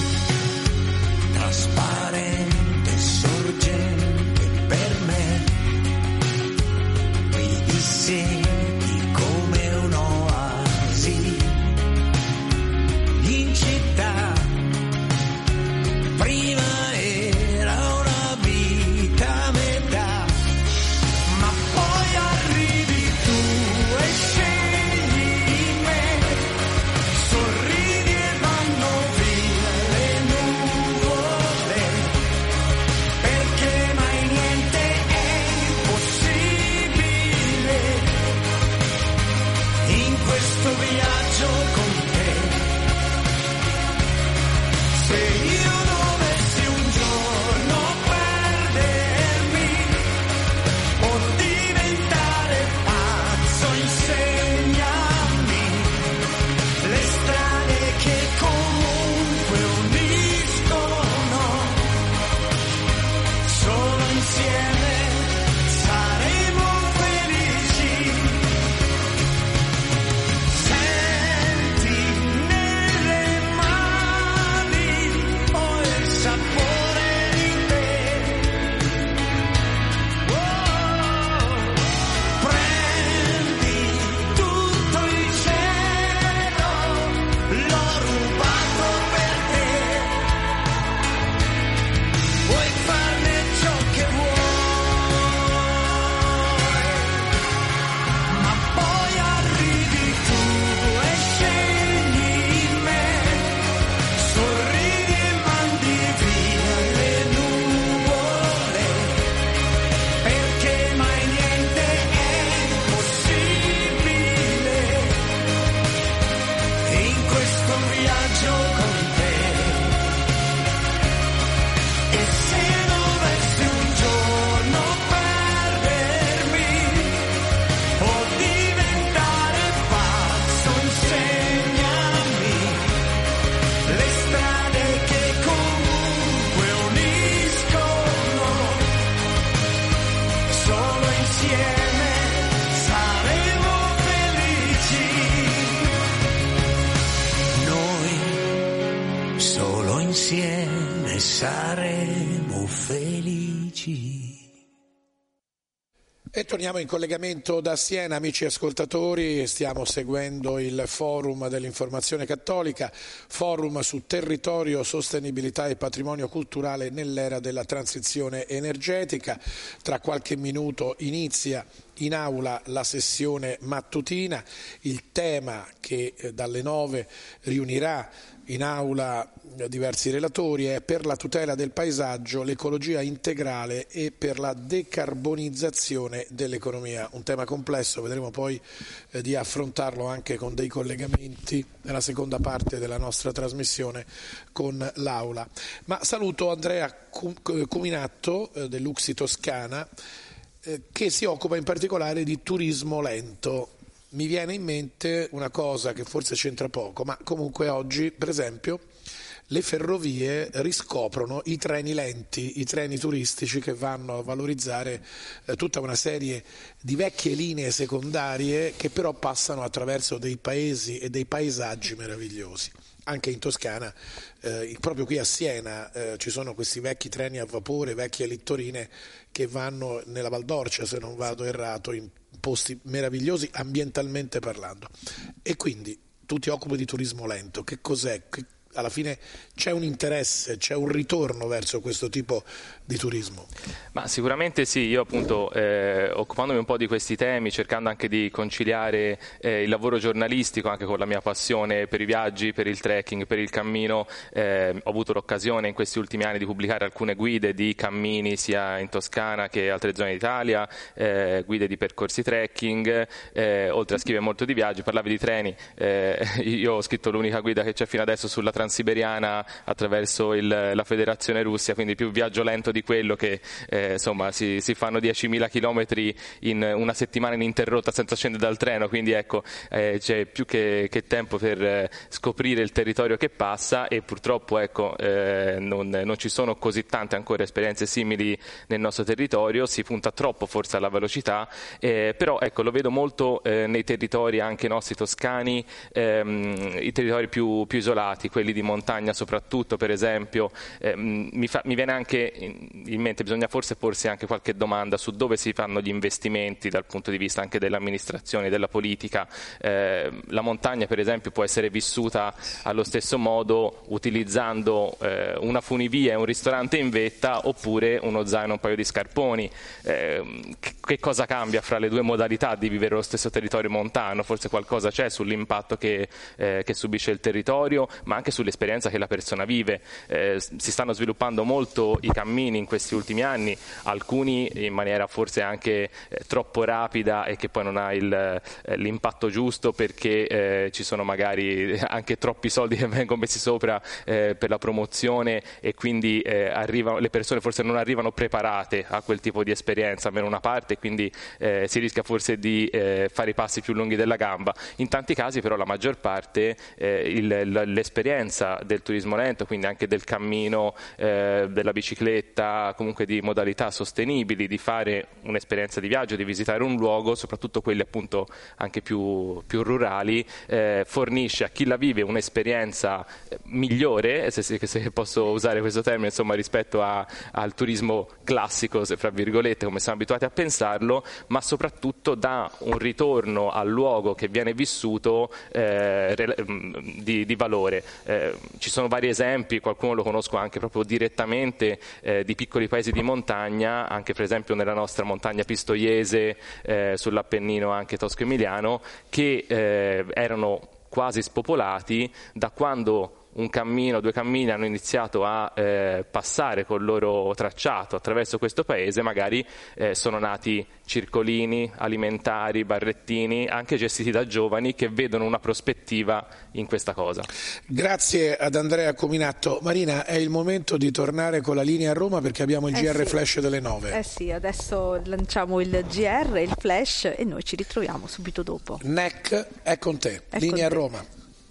saremo felici. E torniamo in collegamento da Siena, amici ascoltatori, stiamo seguendo il forum dell'informazione cattolica, forum su territorio, sostenibilità e patrimonio culturale nell'era della transizione energetica. Tra qualche minuto inizia in aula la sessione mattutina, il tema che dalle 9 riunirà in aula diversi relatori è per la tutela del paesaggio, l'ecologia integrale e per la decarbonizzazione dell'economia. Un tema complesso, vedremo poi di affrontarlo anche con dei collegamenti nella seconda parte della nostra trasmissione con l'aula. Ma saluto Andrea Cuminatto dell'Uxi Toscana, che si occupa in particolare di turismo lento. Mi viene in mente una cosa che forse c'entra poco, ma comunque oggi, per esempio, le ferrovie riscoprono i treni lenti, i treni turistici che vanno a valorizzare tutta una serie di vecchie linee secondarie che però passano attraverso dei paesi e dei paesaggi meravigliosi. Anche in Toscana, proprio qui a Siena, ci sono questi vecchi treni a vapore, vecchie littorine che vanno nella Val d'Orcia, se non vado errato, in posti meravigliosi ambientalmente parlando. E quindi tu ti occupi di turismo lento, che cos'è? Alla fine c'è un interesse, c'è un ritorno verso questo tipo di turismo? Ma sicuramente sì, io appunto occupandomi un po' di questi temi, cercando anche di conciliare il lavoro giornalistico anche con la mia passione per i viaggi, per il trekking, per il cammino, ho avuto l'occasione in questi ultimi anni di pubblicare alcune guide di cammini sia in Toscana che altre zone d'Italia, guide di percorsi trekking, oltre a scrivere molto di viaggi. Parlavi di treni, io ho scritto l'unica guida che c'è fino adesso sulla Transiberiana attraverso la Federazione Russia, quindi più viaggio lento di quello che insomma si fanno 10.000 chilometri in una settimana ininterrotta senza scendere dal treno, quindi ecco c'è più che tempo per scoprire il territorio che passa, e purtroppo ecco non ci sono così tante ancora esperienze simili nel nostro territorio, si punta troppo forse alla velocità, però ecco lo vedo molto nei territori anche nostri toscani, i territori più isolati, quelli di montagna soprattutto, per esempio. Mi viene anche in mente, bisogna forse porsi anche qualche domanda su dove si fanno gli investimenti dal punto di vista anche dell'amministrazione, della politica. La montagna per esempio può essere vissuta allo stesso modo utilizzando una funivia e un ristorante in vetta, oppure uno zaino e un paio di scarponi. Che cosa cambia fra le due modalità di vivere lo stesso territorio montano? Forse qualcosa c'è sull'impatto che subisce il territorio, ma anche sull'esperienza che la persona vive. Si stanno sviluppando molto i cammini in questi ultimi anni, alcuni in maniera forse anche troppo rapida e che poi non ha l'impatto giusto, perché ci sono magari anche troppi soldi che vengono messi sopra per la promozione, e quindi le persone forse non arrivano preparate a quel tipo di esperienza, almeno una parte, quindi si rischia forse di fare i passi più lunghi della gamba. In tanti casi però la maggior parte l'esperienza del turismo lento, quindi anche del cammino, della bicicletta, comunque di modalità sostenibili, di fare un'esperienza di viaggio, di visitare un luogo, soprattutto quelli appunto anche più rurali, fornisce a chi la vive un'esperienza migliore, se posso usare questo termine, insomma, rispetto al turismo classico, fra virgolette, come siamo abituati a pensarlo, ma soprattutto dà un ritorno al luogo che viene vissuto di valore. Ci sono vari esempi, qualcuno lo conosco anche proprio direttamente, di piccoli paesi di montagna, anche per esempio nella nostra montagna pistoiese, sull'Appennino anche tosco-emiliano, che erano quasi spopolati da quando un cammino, due cammini hanno iniziato a passare col loro tracciato attraverso questo paese. Magari sono nati circolini alimentari, barrettini, anche gestiti da giovani che vedono una prospettiva in questa cosa. Grazie ad Andrea Cuminatto. Marina, è il momento di tornare con la linea a Roma, perché abbiamo il GR Flash delle 9. Sì, adesso lanciamo il GR, il Flash, e noi ci ritroviamo subito dopo. NEC è con te, linea a Roma.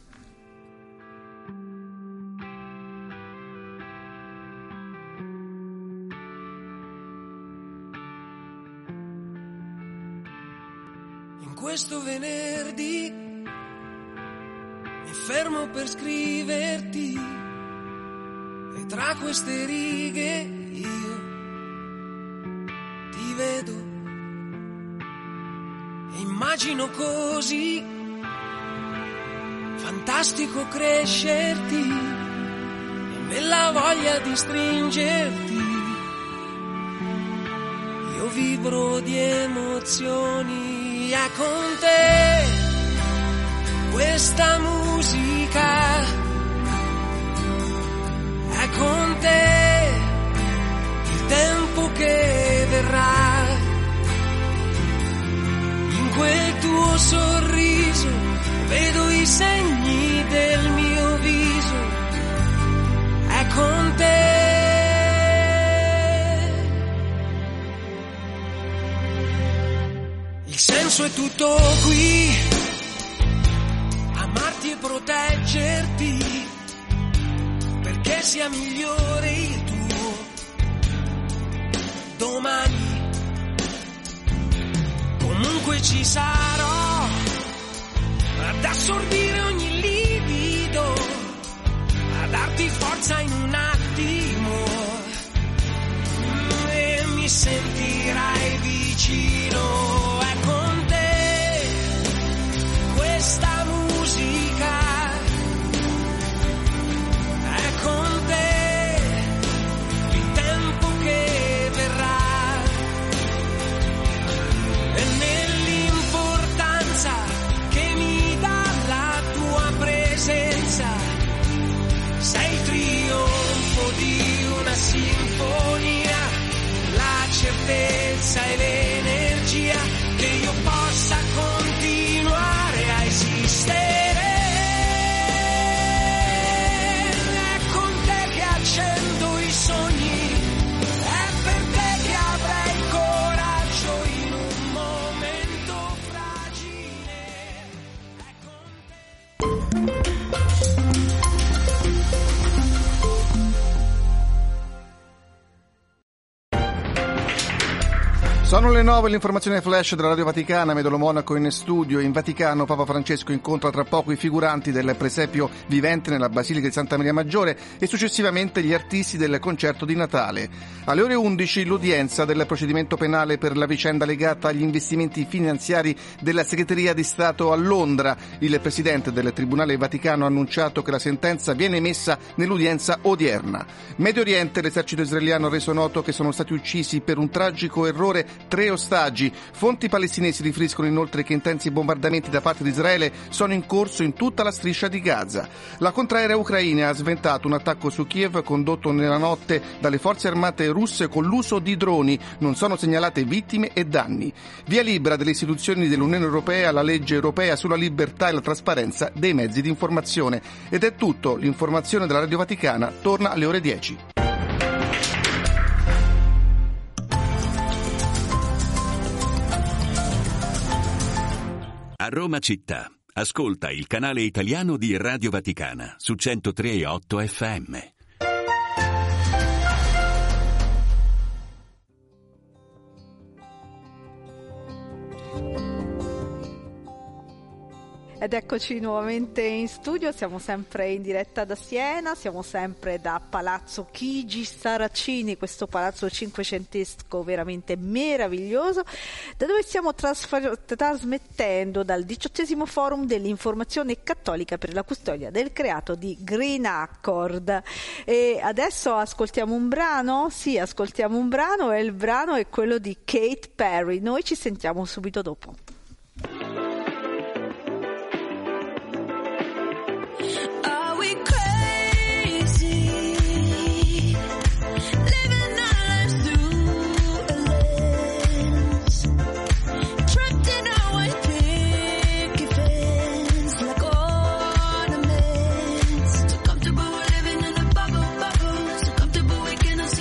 Questo venerdì mi fermo per scriverti e tra queste righe io ti vedo e immagino così fantastico crescerti e nella voglia di stringerti io vibro di emozioni. È con te questa musica, è con te il tempo che verrà. In quel tuo sorriso vedo i segni del mio viso, è con te. Il senso è tutto qui, amarti e proteggerti, perché sia migliore il tuo domani. Comunque ci sarò ad assorbire ogni livido, a darti forza in un attimo e mi sentirai vicino. È con te questa musica, è con te il tempo che verrà e nell'importanza che mi dà la tua presenza sei il trionfo di una sinfonia, la certezza e l'energia che io possa continuare a esistere. È con te che accendo i sogni, è per te che avrei il coraggio in un momento fragile. È con te. Sono le 9, l'informazione flash della Radio Vaticana. Medolo Monaco in studio. In Vaticano Papa Francesco incontra tra poco i figuranti del presepio vivente nella Basilica di Santa Maria Maggiore e successivamente gli artisti del concerto di Natale. Alle ore 11 l'udienza del procedimento penale per la vicenda legata agli investimenti finanziari della Segreteria di Stato a Londra. Il presidente del Tribunale Vaticano ha annunciato che la sentenza viene emessa nell'udienza odierna. Medio Oriente, l'esercito israeliano ha reso noto che sono stati uccisi per un tragico errore 3 ostaggi. Fonti palestinesi riferiscono inoltre che intensi bombardamenti da parte di Israele sono in corso in tutta la striscia di Gaza. La contraerea ucraina ha sventato un attacco su Kiev condotto nella notte dalle forze armate russe con l'uso di droni. Non sono segnalate vittime e danni. Via libera delle istituzioni dell'Unione Europea alla legge europea sulla libertà e la trasparenza dei mezzi di informazione. Ed è tutto. L'informazione della Radio Vaticana torna alle ore 10. A Roma città, ascolta il canale italiano di Radio Vaticana su 103.8 FM. Ed eccoci nuovamente in studio, siamo sempre in diretta da Siena, siamo sempre da Palazzo Chigi Saracini, questo palazzo cinquecentesco veramente meraviglioso, da dove stiamo trasmettendo dal 18° Forum dell'Informazione Cattolica per la Custodia del Creato di Green Accord. E adesso ascoltiamo un brano? Sì, ascoltiamo un brano e il brano è quello di Katy Perry. Noi ci sentiamo subito dopo.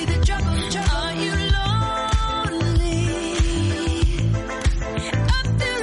Are you lonely? I feel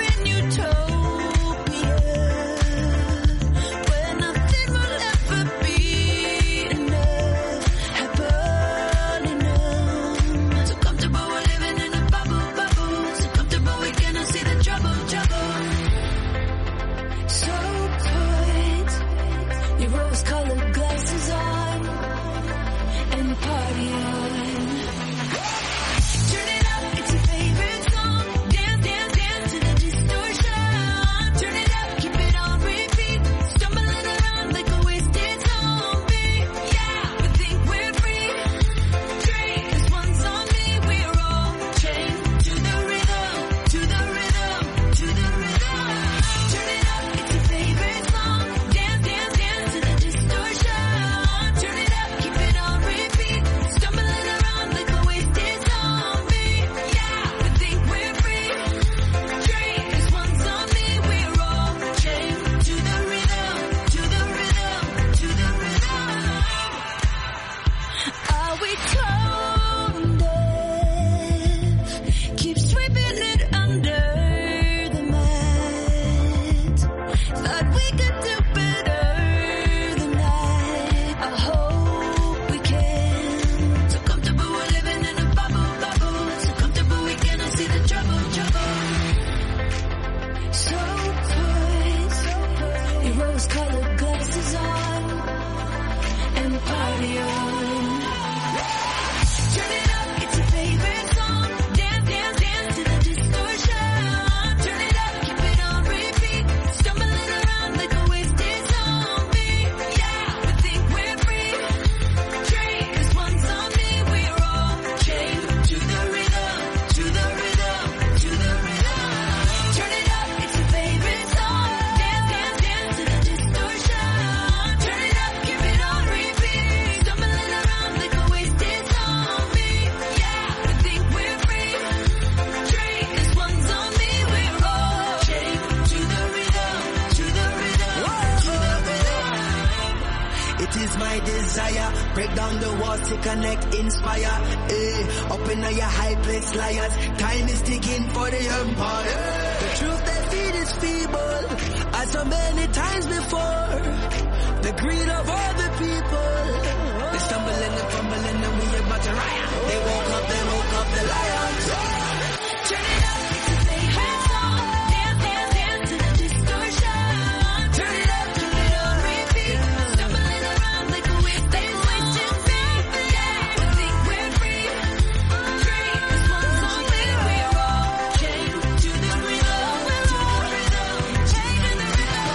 to connect, inspire. Up in your high place, liars. Time is ticking for the empire. The truth they feed is feeble, as so many times before. The greed of other people. They stumble and they fumble and then we about to riot. They woke up the lions. Turn it up, say hands on, dance, dance, dance to the distortion. Turn it up, do it on repeat. Stumbling around like a whip, they wasted feet. Yeah, we think we're free. Dream is one song that we're all chained to the rhythm. Chained to the rhythm.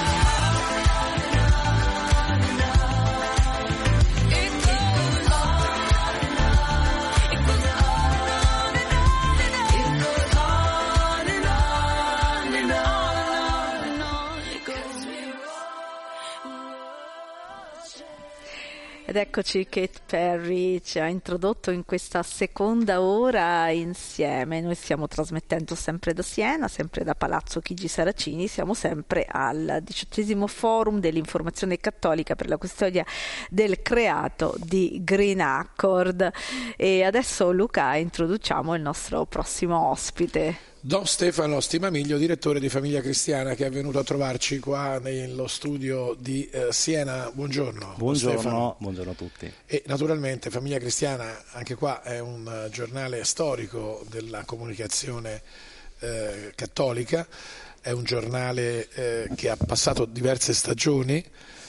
It goes on and on. It goes on and on and on. It goes on and on and on and on. It goes Ed eccoci, Katy Perry ci ha introdotto in questa seconda ora insieme. Noi stiamo trasmettendo sempre da Siena, sempre da Palazzo Chigi Saracini, siamo sempre al 18° Forum dell'Informazione Cattolica per la custodia del creato di Green Accord. E adesso, Luca, introduciamo il nostro prossimo ospite. Don Stefano Stimamiglio, direttore di Famiglia Cristiana, che è venuto a trovarci qua nello studio di Siena. Buongiorno. Buongiorno a tutti. E naturalmente Famiglia Cristiana, anche qua, è un giornale storico della comunicazione cattolica, è un giornale che ha passato diverse stagioni,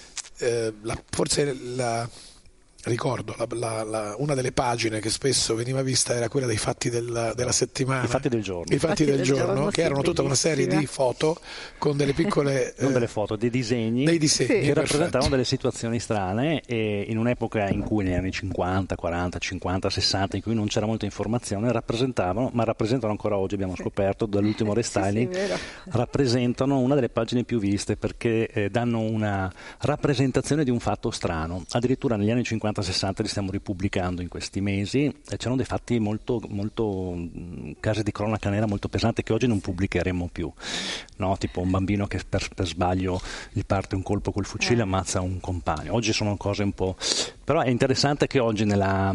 ricordo, una delle pagine che spesso veniva vista era quella dei fatti della settimana. I fatti del giorno. I fatti del giorno, che erano tutta una serie di foto con delle piccole... non delle foto, dei disegni sì, che rappresentavano delle situazioni strane, e in un'epoca in cui negli anni 50, 40, 50, 60, in cui non c'era molta informazione, rappresentano ancora oggi, abbiamo scoperto dall'ultimo restyling, rappresentano una delle pagine più viste, perché danno una rappresentazione di un fatto strano. Addirittura negli anni 50-60 li stiamo ripubblicando in questi mesi, e c'erano dei fatti molto casi di cronaca nera molto pesanti che oggi non pubblicheremo più, no? Tipo un bambino che per sbaglio gli parte un colpo col fucile e ammazza un compagno. Oggi sono cose un po'... però è interessante che oggi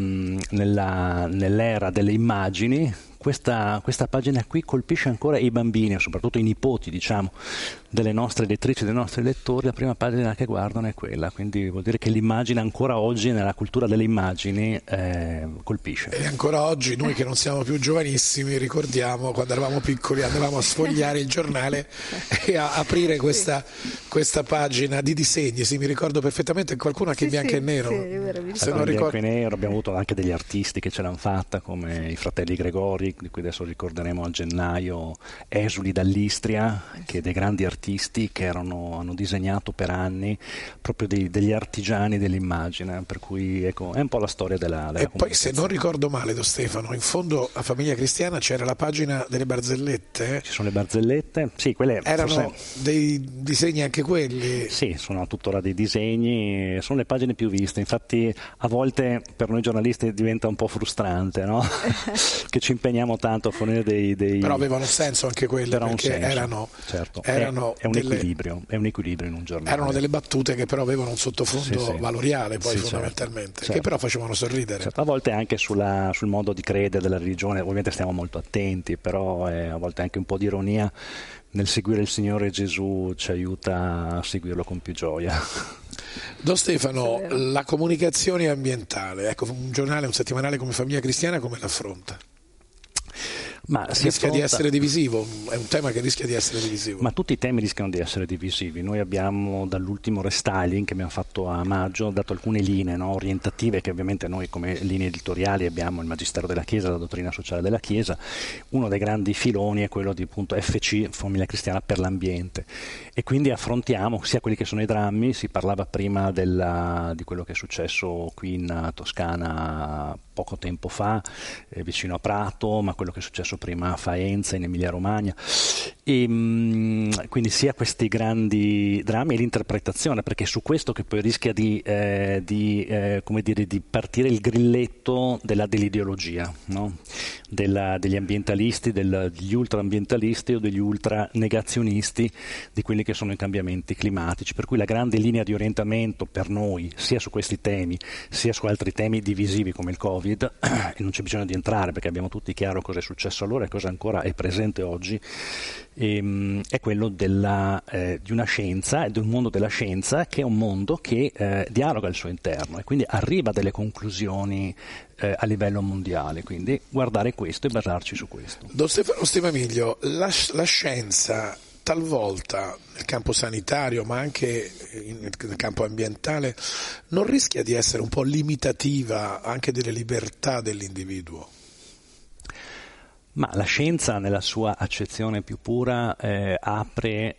nell'era delle immagini questa pagina qui colpisce ancora i bambini, e soprattutto i nipoti, diciamo, delle nostre lettrici, dei nostri lettori. La prima pagina che guardano è quella, quindi vuol dire che l'immagine ancora oggi, nella cultura delle immagini, colpisce. E ancora oggi noi che non siamo più giovanissimi ricordiamo quando eravamo piccoli, andavamo a sfogliare il giornale e a aprire questa pagina di disegni. Sì, mi ricordo perfettamente, qualcuno anche in bianco e nero. Se non ricordo, in bianco e nero abbiamo avuto anche degli artisti che ce l'hanno fatta, come i fratelli Gregori, di cui adesso ricorderemo a gennaio, esuli dall'Istria, che dei grandi artisti che hanno disegnato per anni proprio degli artigiani dell'immagine, per cui ecco, è un po' la storia della e poi, se non ricordo male, Don Stefano, in fondo a Famiglia Cristiana c'era la pagina delle barzellette. Ci sono le barzellette, sì, quelle erano dei disegni anche quelli. Sì, sono tuttora dei disegni, sono le pagine più viste. Infatti a volte per noi giornalisti diventa un po' frustrante, no? Che ci impegniamo tanto a fornire dei... Però avevano senso anche quelle, perché erano è un equilibrio in un giornale. Erano delle battute che però avevano un sottofondo valoriale, poi fondamentalmente, che però facevano sorridere. Certo, a volte anche sul modo di credere della religione, ovviamente stiamo molto attenti, però a volte anche un po' di ironia nel seguire il Signore Gesù ci aiuta a seguirlo con più gioia. Don Stefano, la comunicazione ambientale, ecco, un giornale, un settimanale come Famiglia Cristiana come l'affronta? Ma rischia di essere divisivo, è un tema che rischia di essere divisivo. Ma tutti i temi rischiano di essere divisivi. Noi abbiamo, dall'ultimo restyling che abbiamo fatto a maggio, dato alcune linee orientative, che ovviamente noi come linee editoriali abbiamo il Magistero della Chiesa, la dottrina sociale della Chiesa. Uno dei grandi filoni è quello di appunto FC, Famiglia Cristiana per l'ambiente, e quindi affrontiamo sia quelli che sono i drammi. Si parlava prima di quello che è successo qui in Toscana poco tempo fa, vicino a Prato, ma quello che è successo prima a Faenza in Emilia Romagna, E quindi sia questi grandi drammi e l'interpretazione, perché è su questo che poi rischia di partire il grilletto dell'ideologia, no? Degli ambientalisti, degli ultraambientalisti o degli ultranegazionisti di quelli che sono i cambiamenti climatici, per cui la grande linea di orientamento per noi, sia su questi temi, sia su altri temi divisivi come il Covid, e non c'è bisogno di entrare perché abbiamo tutti chiaro cosa è successo allora e cosa ancora è presente oggi, è quello di una scienza e di un mondo della scienza che è un mondo che dialoga al suo interno e quindi arriva a delle conclusioni a livello mondiale, quindi guardare questo e basarci su questo. Don Stefano Stimamiglio, la scienza talvolta nel campo sanitario ma anche nel campo ambientale non rischia di essere un po' limitativa anche delle libertà dell'individuo? Ma la scienza nella sua accezione più pura apre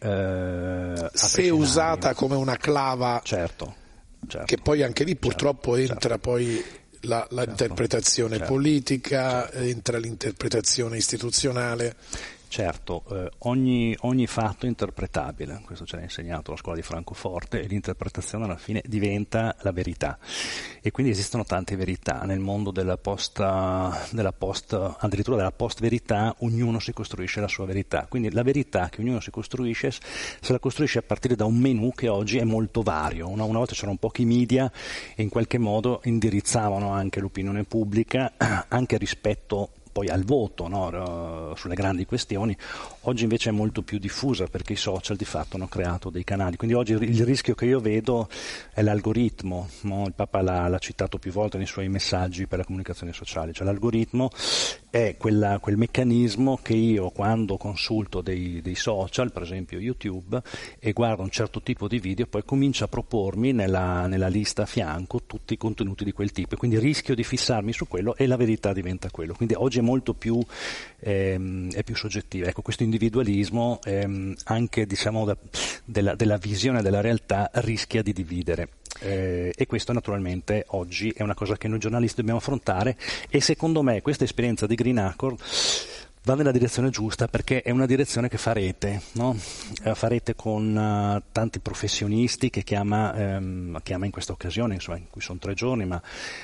se usata come una clava, certo. Che poi anche lì purtroppo entra poi l'interpretazione politica, entra l'interpretazione istituzionale. Certo, ogni fatto è interpretabile, questo ce l'ha insegnato la scuola di Francoforte, e l'interpretazione alla fine diventa la verità. E quindi esistono tante verità. Nel mondo addirittura della post-verità, ognuno si costruisce la sua verità. Quindi la verità che ognuno si costruisce, se la costruisce a partire da un menù che oggi è molto vario. Una volta c'erano pochi media e in qualche modo indirizzavano anche l'opinione pubblica, anche rispetto poi al voto, no? Sulle grandi questioni. Oggi invece è molto più diffusa perché i social di fatto hanno creato dei canali, quindi oggi il rischio che io vedo è l'algoritmo, no? Il Papa l'ha citato più volte nei suoi messaggi per la comunicazione sociale, cioè l'algoritmo è quel meccanismo che io quando consulto dei social, per esempio YouTube, e guardo un certo tipo di video, poi comincia a propormi nella lista a fianco tutti i contenuti di quel tipo, e quindi rischio di fissarmi su quello e la verità diventa quello. Quindi oggi è molto più è più soggettiva. Ecco, questo individualismo anche diciamo della visione della realtà rischia di dividere. E questo naturalmente oggi è una cosa che noi giornalisti dobbiamo affrontare, e secondo me questa esperienza di Green Accord va nella direzione giusta, perché è una direzione che fa rete, no? Fa rete con tanti professionisti che chiama in questa occasione, insomma, in cui sono 3 giorni, ma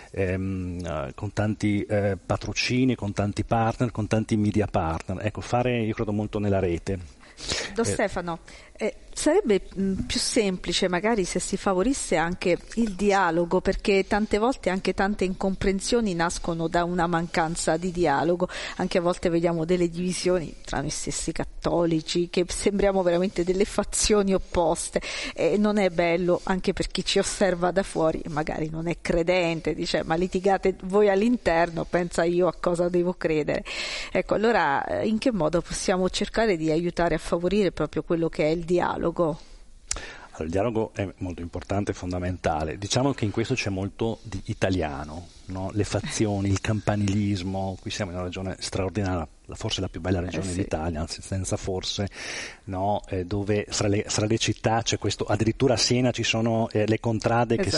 con tanti patrocini, con tanti partner, con tanti media partner. Ecco, fare, io credo molto nella rete. Don Stefano, sarebbe più semplice magari se si favorisse anche il dialogo, perché tante volte anche tante incomprensioni nascono da una mancanza di dialogo. Anche a volte vediamo delle divisioni tra noi stessi cattolici, che sembriamo veramente delle fazioni opposte, e non è bello anche per chi ci osserva da fuori e magari non è credente, dice ma litigate voi all'interno, pensa io a cosa devo credere. Ecco, allora in che modo possiamo cercare di aiutare a favorire proprio quello che è il dialogo? Allora, il dialogo è molto importante e fondamentale. Diciamo che in questo c'è molto di italiano, no? Le fazioni, il campanilismo. Qui siamo in una regione straordinaria, forse la più bella regione d'Italia, anzi senza forse, no? Dove fra le città c'è questo, addirittura a Siena ci sono le contrade che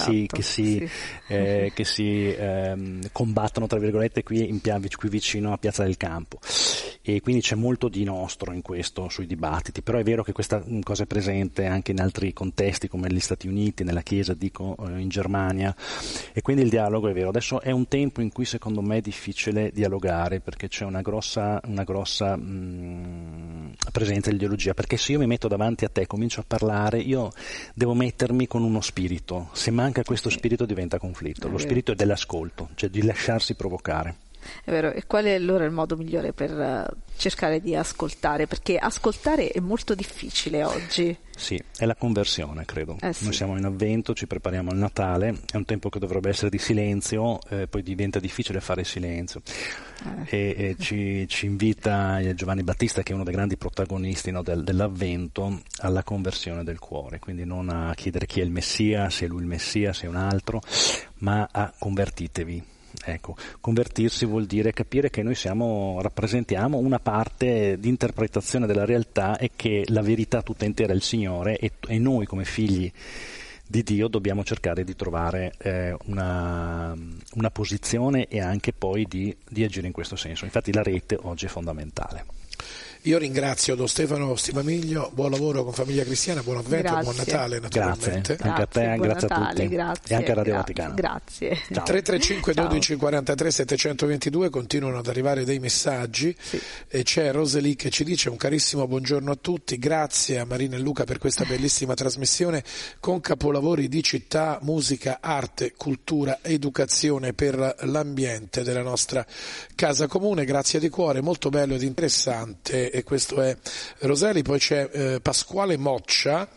si combattono tra virgolette qui vicino a Piazza del Campo, e quindi c'è molto di nostro in questo sui dibattiti. Però è vero che questa cosa è presente anche in altri contesti come negli Stati Uniti, nella Chiesa, in Germania, e quindi il dialogo è vero. Adesso è un tempo in cui secondo me è difficile dialogare, perché c'è una grossa presenza di ideologia, perché se io mi metto davanti a te e comincio a parlare, io devo mettermi con uno spirito. Se manca questo spirito diventa conflitto. Lo spirito è dell'ascolto, cioè di lasciarsi provocare. È vero, e qual è allora il modo migliore per cercare di ascoltare? Perché ascoltare è molto difficile oggi. Sì, è la conversione, credo. Noi siamo in Avvento, ci prepariamo al Natale, è un tempo che dovrebbe essere di silenzio, poi diventa difficile fare silenzio. E ci invita Giovanni Battista, che è uno dei grandi protagonisti, no, dell'Avvento, alla conversione del cuore, quindi non a chiedere chi è il Messia, se è lui il Messia, se è un altro, ma a convertitevi. Ecco, convertirsi vuol dire capire che noi rappresentiamo una parte di interpretazione della realtà, e che la verità tutta intera è il Signore, e noi come figli di Dio dobbiamo cercare di trovare una posizione e anche poi di agire in questo senso. Infatti la rete oggi è fondamentale. Io ringrazio Don Stefano Stivamiglio, buon lavoro con Famiglia Cristiana, buon avvento, buon Natale naturalmente. Grazie, anche a te, grazie a tutti. Grazie, e anche a Radio Vaticano. Grazie. 335 12 43 722, continuano ad arrivare dei messaggi, e c'è Roseli che ci dice: un carissimo buongiorno a tutti, grazie a Marina e Luca per questa bellissima trasmissione con capolavori di città, musica, arte, cultura, educazione per l'ambiente della nostra casa comune, grazie di cuore, molto bello ed interessante. E questo è Roseli. Poi c'è Pasquale Moccia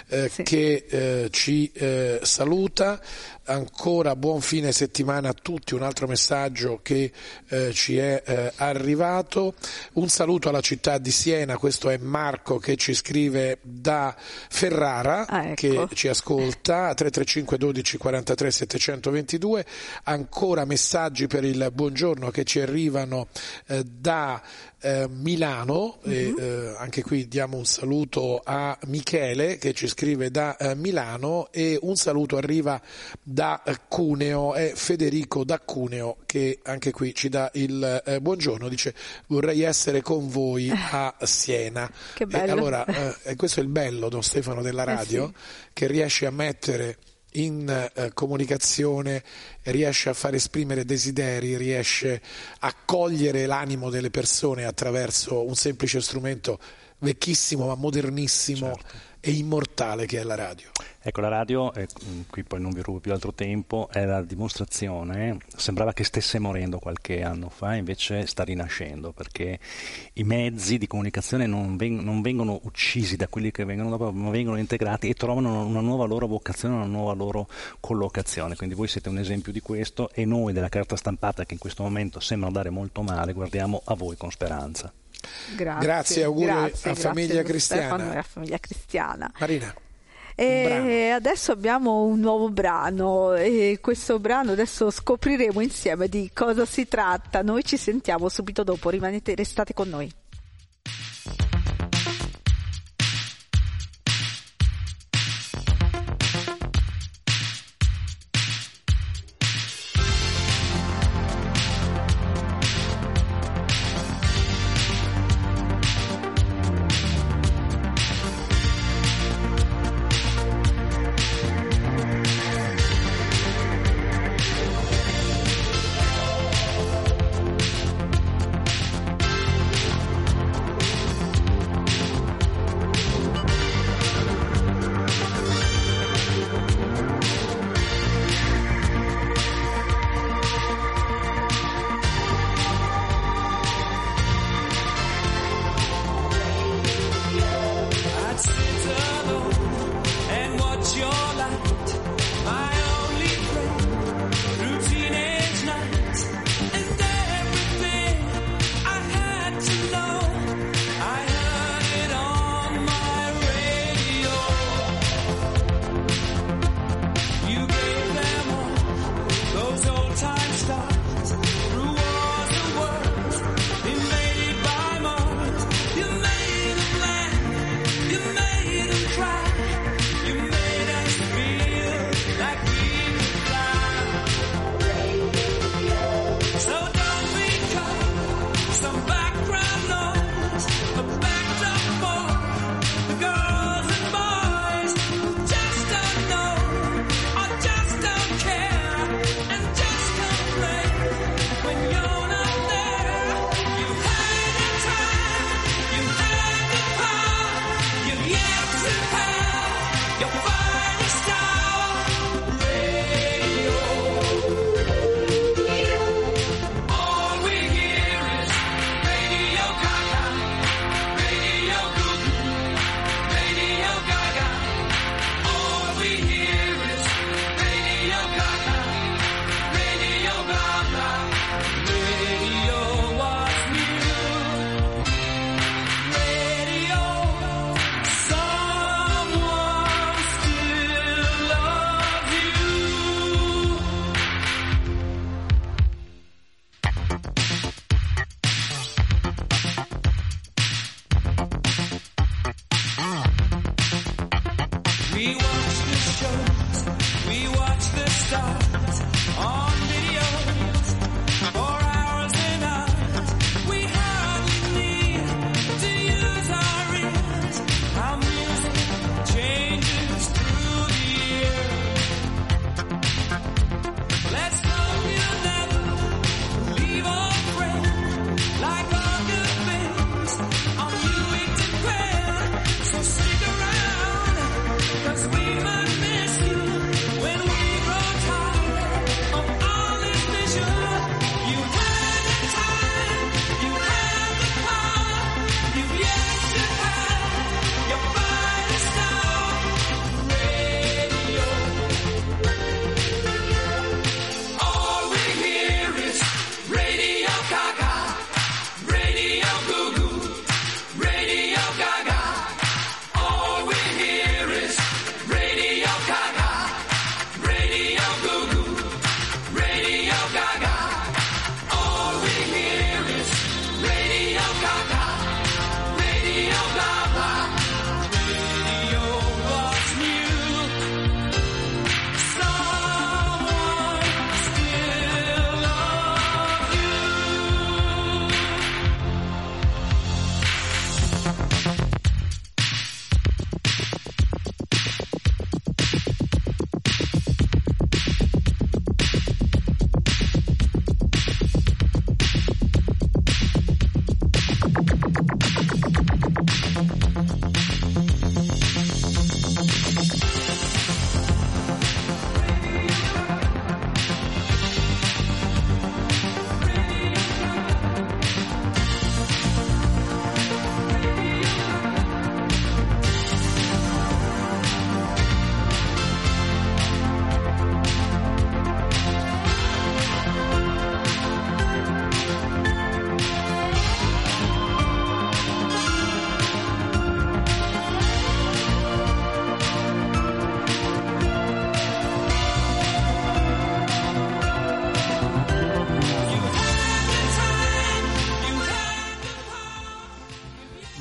che ci saluta. Ancora buon fine settimana a tutti, un altro messaggio che ci è arrivato. Un saluto alla città di Siena, questo è Marco che ci scrive da Ferrara, ecco, che ci ascolta, 335 12 43 722. Ancora messaggi per il buongiorno che ci arrivano da Milano, e anche qui diamo un saluto a Michele che ci scrive da Milano, e un saluto arriva da Cuneo, è Federico da Cuneo che anche qui ci dà il buongiorno, dice: vorrei essere con voi a Siena. Che bello. E allora questo è il bello, Don Stefano, della radio, che riesce a mettere in comunicazione, riesce a far esprimere desideri, riesce a cogliere l'animo delle persone attraverso un semplice strumento vecchissimo ma modernissimo e immortale che è la radio. Ecco, la radio, qui poi non vi rubo più altro tempo, è la dimostrazione, sembrava che stesse morendo qualche anno fa, invece sta rinascendo, perché i mezzi di comunicazione non vengono uccisi da quelli che vengono dopo, ma vengono integrati e trovano una nuova loro vocazione, una nuova loro collocazione. Quindi voi siete un esempio di questo, e noi della carta stampata, che in questo momento sembra andare molto male, guardiamo a voi con speranza. Grazie, auguri a Famiglia Cristiana. Stefano e a Famiglia Cristiana. Marina. E adesso abbiamo un nuovo brano, e questo brano adesso scopriremo insieme di cosa si tratta. Noi ci sentiamo subito dopo, restate con noi.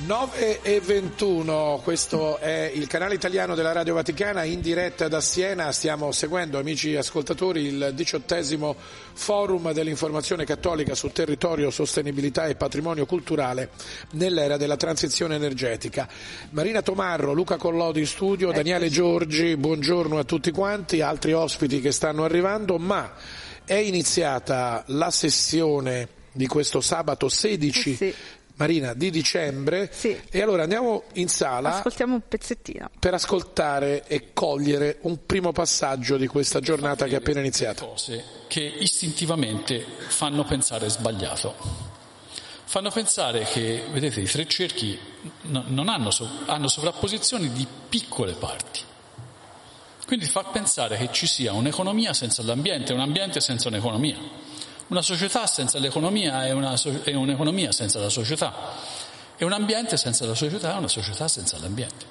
9:21, questo è il canale italiano della Radio Vaticana, in diretta da Siena. Stiamo seguendo, amici ascoltatori, il 18° Forum dell'informazione cattolica su territorio, sostenibilità e patrimonio culturale nell'era della transizione energetica. Marina Tomarro, Luca Collodi in studio, Daniele Giorgi, buongiorno a tutti quanti, altri ospiti che stanno arrivando, ma è iniziata la sessione di questo sabato 16 Marina, di dicembre, e allora andiamo in sala, ascoltiamo un pezzettino per ascoltare e cogliere un primo passaggio di questa giornata che è appena iniziata. Cose che istintivamente fanno pensare sbagliato, fanno pensare che, vedete, i tre cerchi non hanno sovrapposizioni di piccole parti, quindi fa pensare che ci sia un'economia senza l'ambiente, un ambiente senza un'economia. Una società senza l'economia è un'economia senza la società, e un ambiente senza la società è una società senza l'ambiente.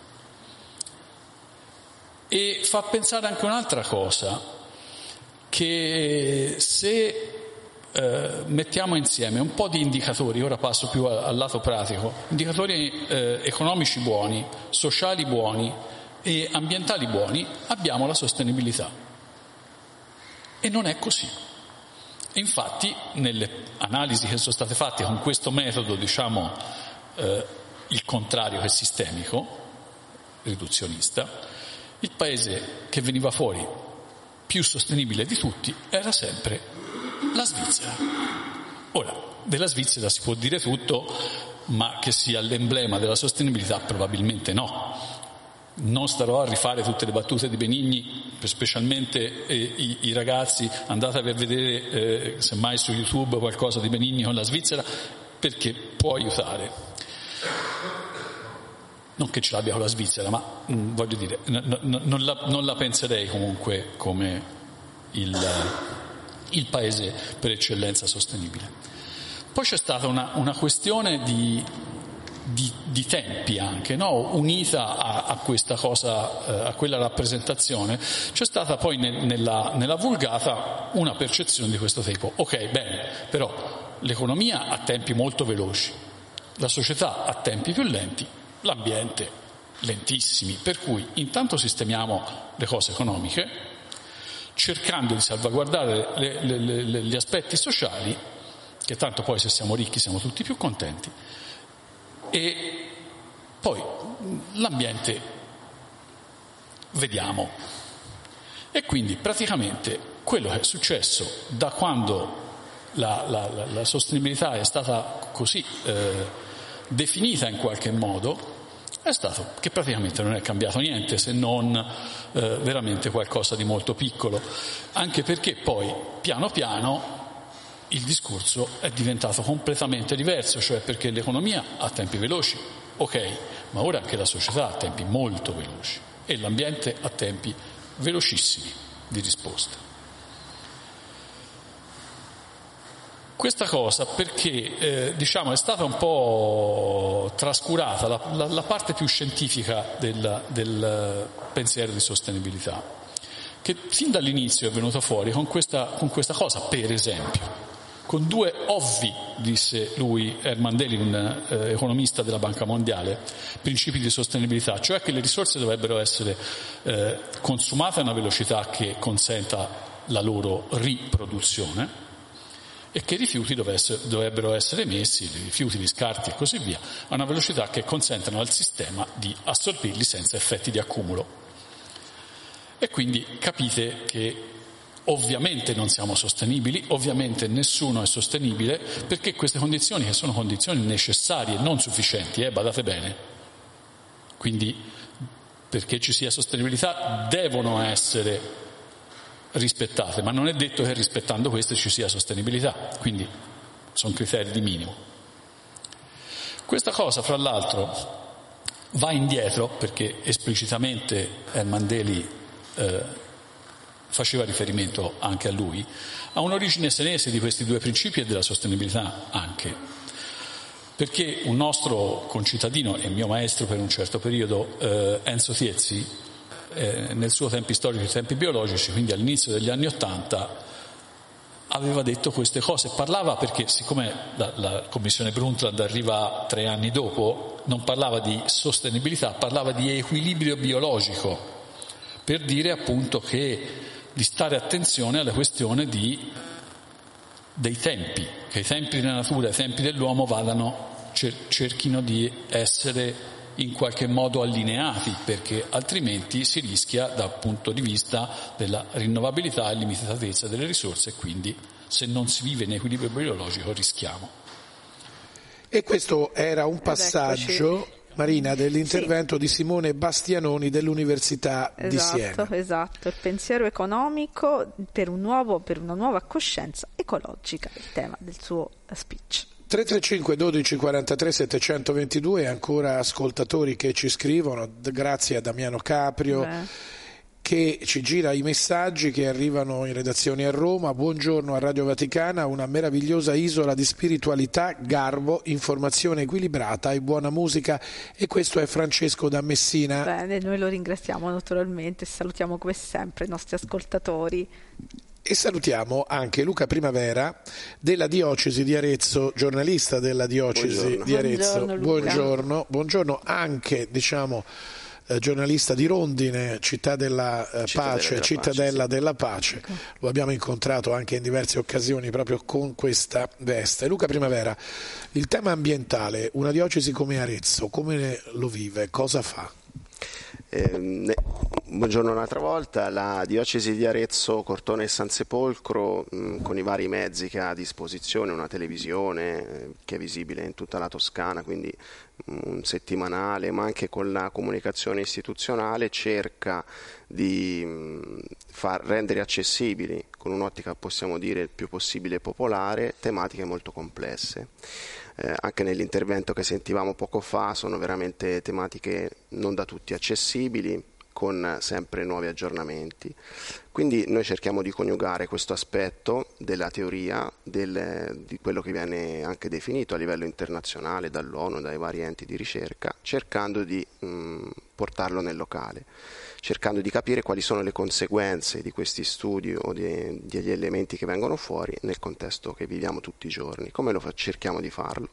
E fa pensare anche un'altra cosa, che se mettiamo insieme un po' di indicatori, ora passo più al lato pratico, indicatori economici buoni, sociali buoni e ambientali buoni, abbiamo la sostenibilità. E non è così. Infatti, nelle analisi che sono state fatte con questo metodo, diciamo, il contrario che sistemico, riduzionista, il paese che veniva fuori più sostenibile di tutti era sempre la Svizzera. Ora, della Svizzera si può dire tutto, ma che sia l'emblema della sostenibilità probabilmente no. Non starò a rifare tutte le battute di Benigni, specialmente i ragazzi, andate a vedere semmai su YouTube qualcosa di Benigni con la Svizzera, perché può aiutare. Non che ce l'abbia con la Svizzera, ma voglio dire, non la penserei comunque come il paese per eccellenza sostenibile. Poi c'è stata una questione di tempi anche, no? Unita a questa cosa, a quella rappresentazione, c'è stata poi nella vulgata una percezione di questo tipo. Ok, bene, però l'economia ha tempi molto veloci, la società ha tempi più lenti, l'ambiente lentissimi, per cui intanto sistemiamo le cose economiche, cercando di salvaguardare gli aspetti sociali, che tanto poi se siamo ricchi siamo tutti più contenti, e poi l'ambiente vediamo. E quindi praticamente quello che è successo da quando la sostenibilità è stata così definita in qualche modo è stato che praticamente non è cambiato niente, se non veramente qualcosa di molto piccolo, anche perché poi piano piano il discorso è diventato completamente diverso, cioè perché l'economia ha tempi veloci, ok, ma ora anche la società ha tempi molto veloci e l'ambiente ha tempi velocissimi di risposta. Questa cosa perché diciamo è stata un po' trascurata la parte più scientifica del pensiero di sostenibilità, che fin dall'inizio è venuta fuori con questa cosa, per esempio. Con due ovvi, disse lui, Hermann-Dely, un economista della Banca Mondiale, principi di sostenibilità, cioè che le risorse dovrebbero essere consumate a una velocità che consenta la loro riproduzione e che i rifiuti dovrebbero essere emessi, i rifiuti, gli scarti e così via, a una velocità che consentano al sistema di assorbirli senza effetti di accumulo. E quindi capite che ovviamente non siamo sostenibili, ovviamente nessuno è sostenibile, perché queste condizioni, che sono condizioni necessarie, non sufficienti, badate bene, quindi perché ci sia sostenibilità devono essere rispettate, ma non è detto che rispettando queste ci sia sostenibilità, quindi sono criteri di minimo. Questa cosa, fra l'altro, va indietro, perché esplicitamente Hermann-Dely faceva riferimento anche a lui, a un'origine senese di questi due principi e della sostenibilità anche, perché un nostro concittadino e mio maestro per un certo periodo, Enzo Tiezzi, nel suo Tempi storici e tempi biologici, quindi all'inizio degli anni '80, aveva detto queste cose, parlava, perché siccome la commissione Brundtland arriva 3 anni dopo, non parlava di sostenibilità, parlava di equilibrio biologico, per dire appunto di stare attenzione alla questione dei tempi, che i tempi della natura, i tempi dell'uomo cerchino di essere in qualche modo allineati, perché altrimenti si rischia dal punto di vista della rinnovabilità e limitatezza delle risorse, e quindi se non si vive in equilibrio biologico rischiamo. E questo era un passaggio, Marina, dell'intervento di Simone Bastianoni dell'Università di Siena. Esatto, il pensiero economico per una nuova coscienza ecologica, il tema del suo speech. 335 12 43 722, ancora ascoltatori che ci scrivono, grazie a Damiano Caprio che ci gira i messaggi che arrivano in redazione a Roma. Buongiorno a Radio Vaticana, una meravigliosa isola di spiritualità, garbo, informazione equilibrata e buona musica, e questo è Francesco da Messina. Bene, noi lo ringraziamo naturalmente, salutiamo come sempre i nostri ascoltatori. E salutiamo anche Luca Primavera della Diocesi di Arezzo, giornalista della Diocesi di Arezzo. Buongiorno anche, giornalista di Rondine, città della pace, cittadella della pace. Lo abbiamo incontrato anche in diverse occasioni proprio con questa veste. Luca Primavera, il tema ambientale, una diocesi come Arezzo, come lo vive? Cosa fa? Buongiorno un'altra volta. La diocesi di Arezzo, Cortona e San Sepolcro, con i vari mezzi che ha a disposizione, una televisione che è visibile in tutta la Toscana, quindi un settimanale, ma anche con la comunicazione istituzionale, cerca di rendere accessibili, con un'ottica possiamo dire il più possibile popolare, tematiche molto complesse. Anche nell'intervento che sentivamo poco fa sono veramente tematiche non da tutti accessibili, con sempre nuovi aggiornamenti. Quindi noi cerchiamo di coniugare questo aspetto della teoria, di quello che viene anche definito a livello internazionale dall'ONU, dai vari enti di ricerca, cercando di portarlo nel locale, cercando di capire quali sono le conseguenze di questi studi o degli elementi che vengono fuori nel contesto che viviamo tutti i giorni. Come cerchiamo di farlo?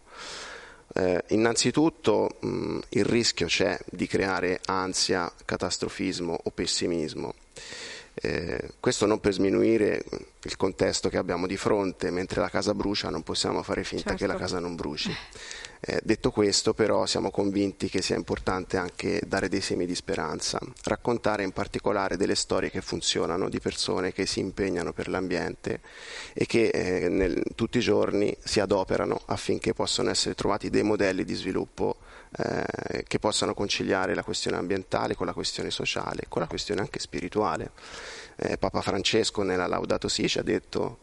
Innanzitutto il rischio c'è di creare ansia, catastrofismo o pessimismo. Questo non per sminuire il contesto che abbiamo di fronte. Mentre la casa brucia non possiamo fare finta che la casa non bruci. Detto questo, però, siamo convinti che sia importante anche dare dei semi di speranza, raccontare in particolare delle storie che funzionano, di persone che si impegnano per l'ambiente e che tutti i giorni si adoperano affinché possano essere trovati dei modelli di sviluppo che possano conciliare la questione ambientale con la questione sociale, con la questione anche spirituale. Papa Francesco nella Laudato Si ci ha detto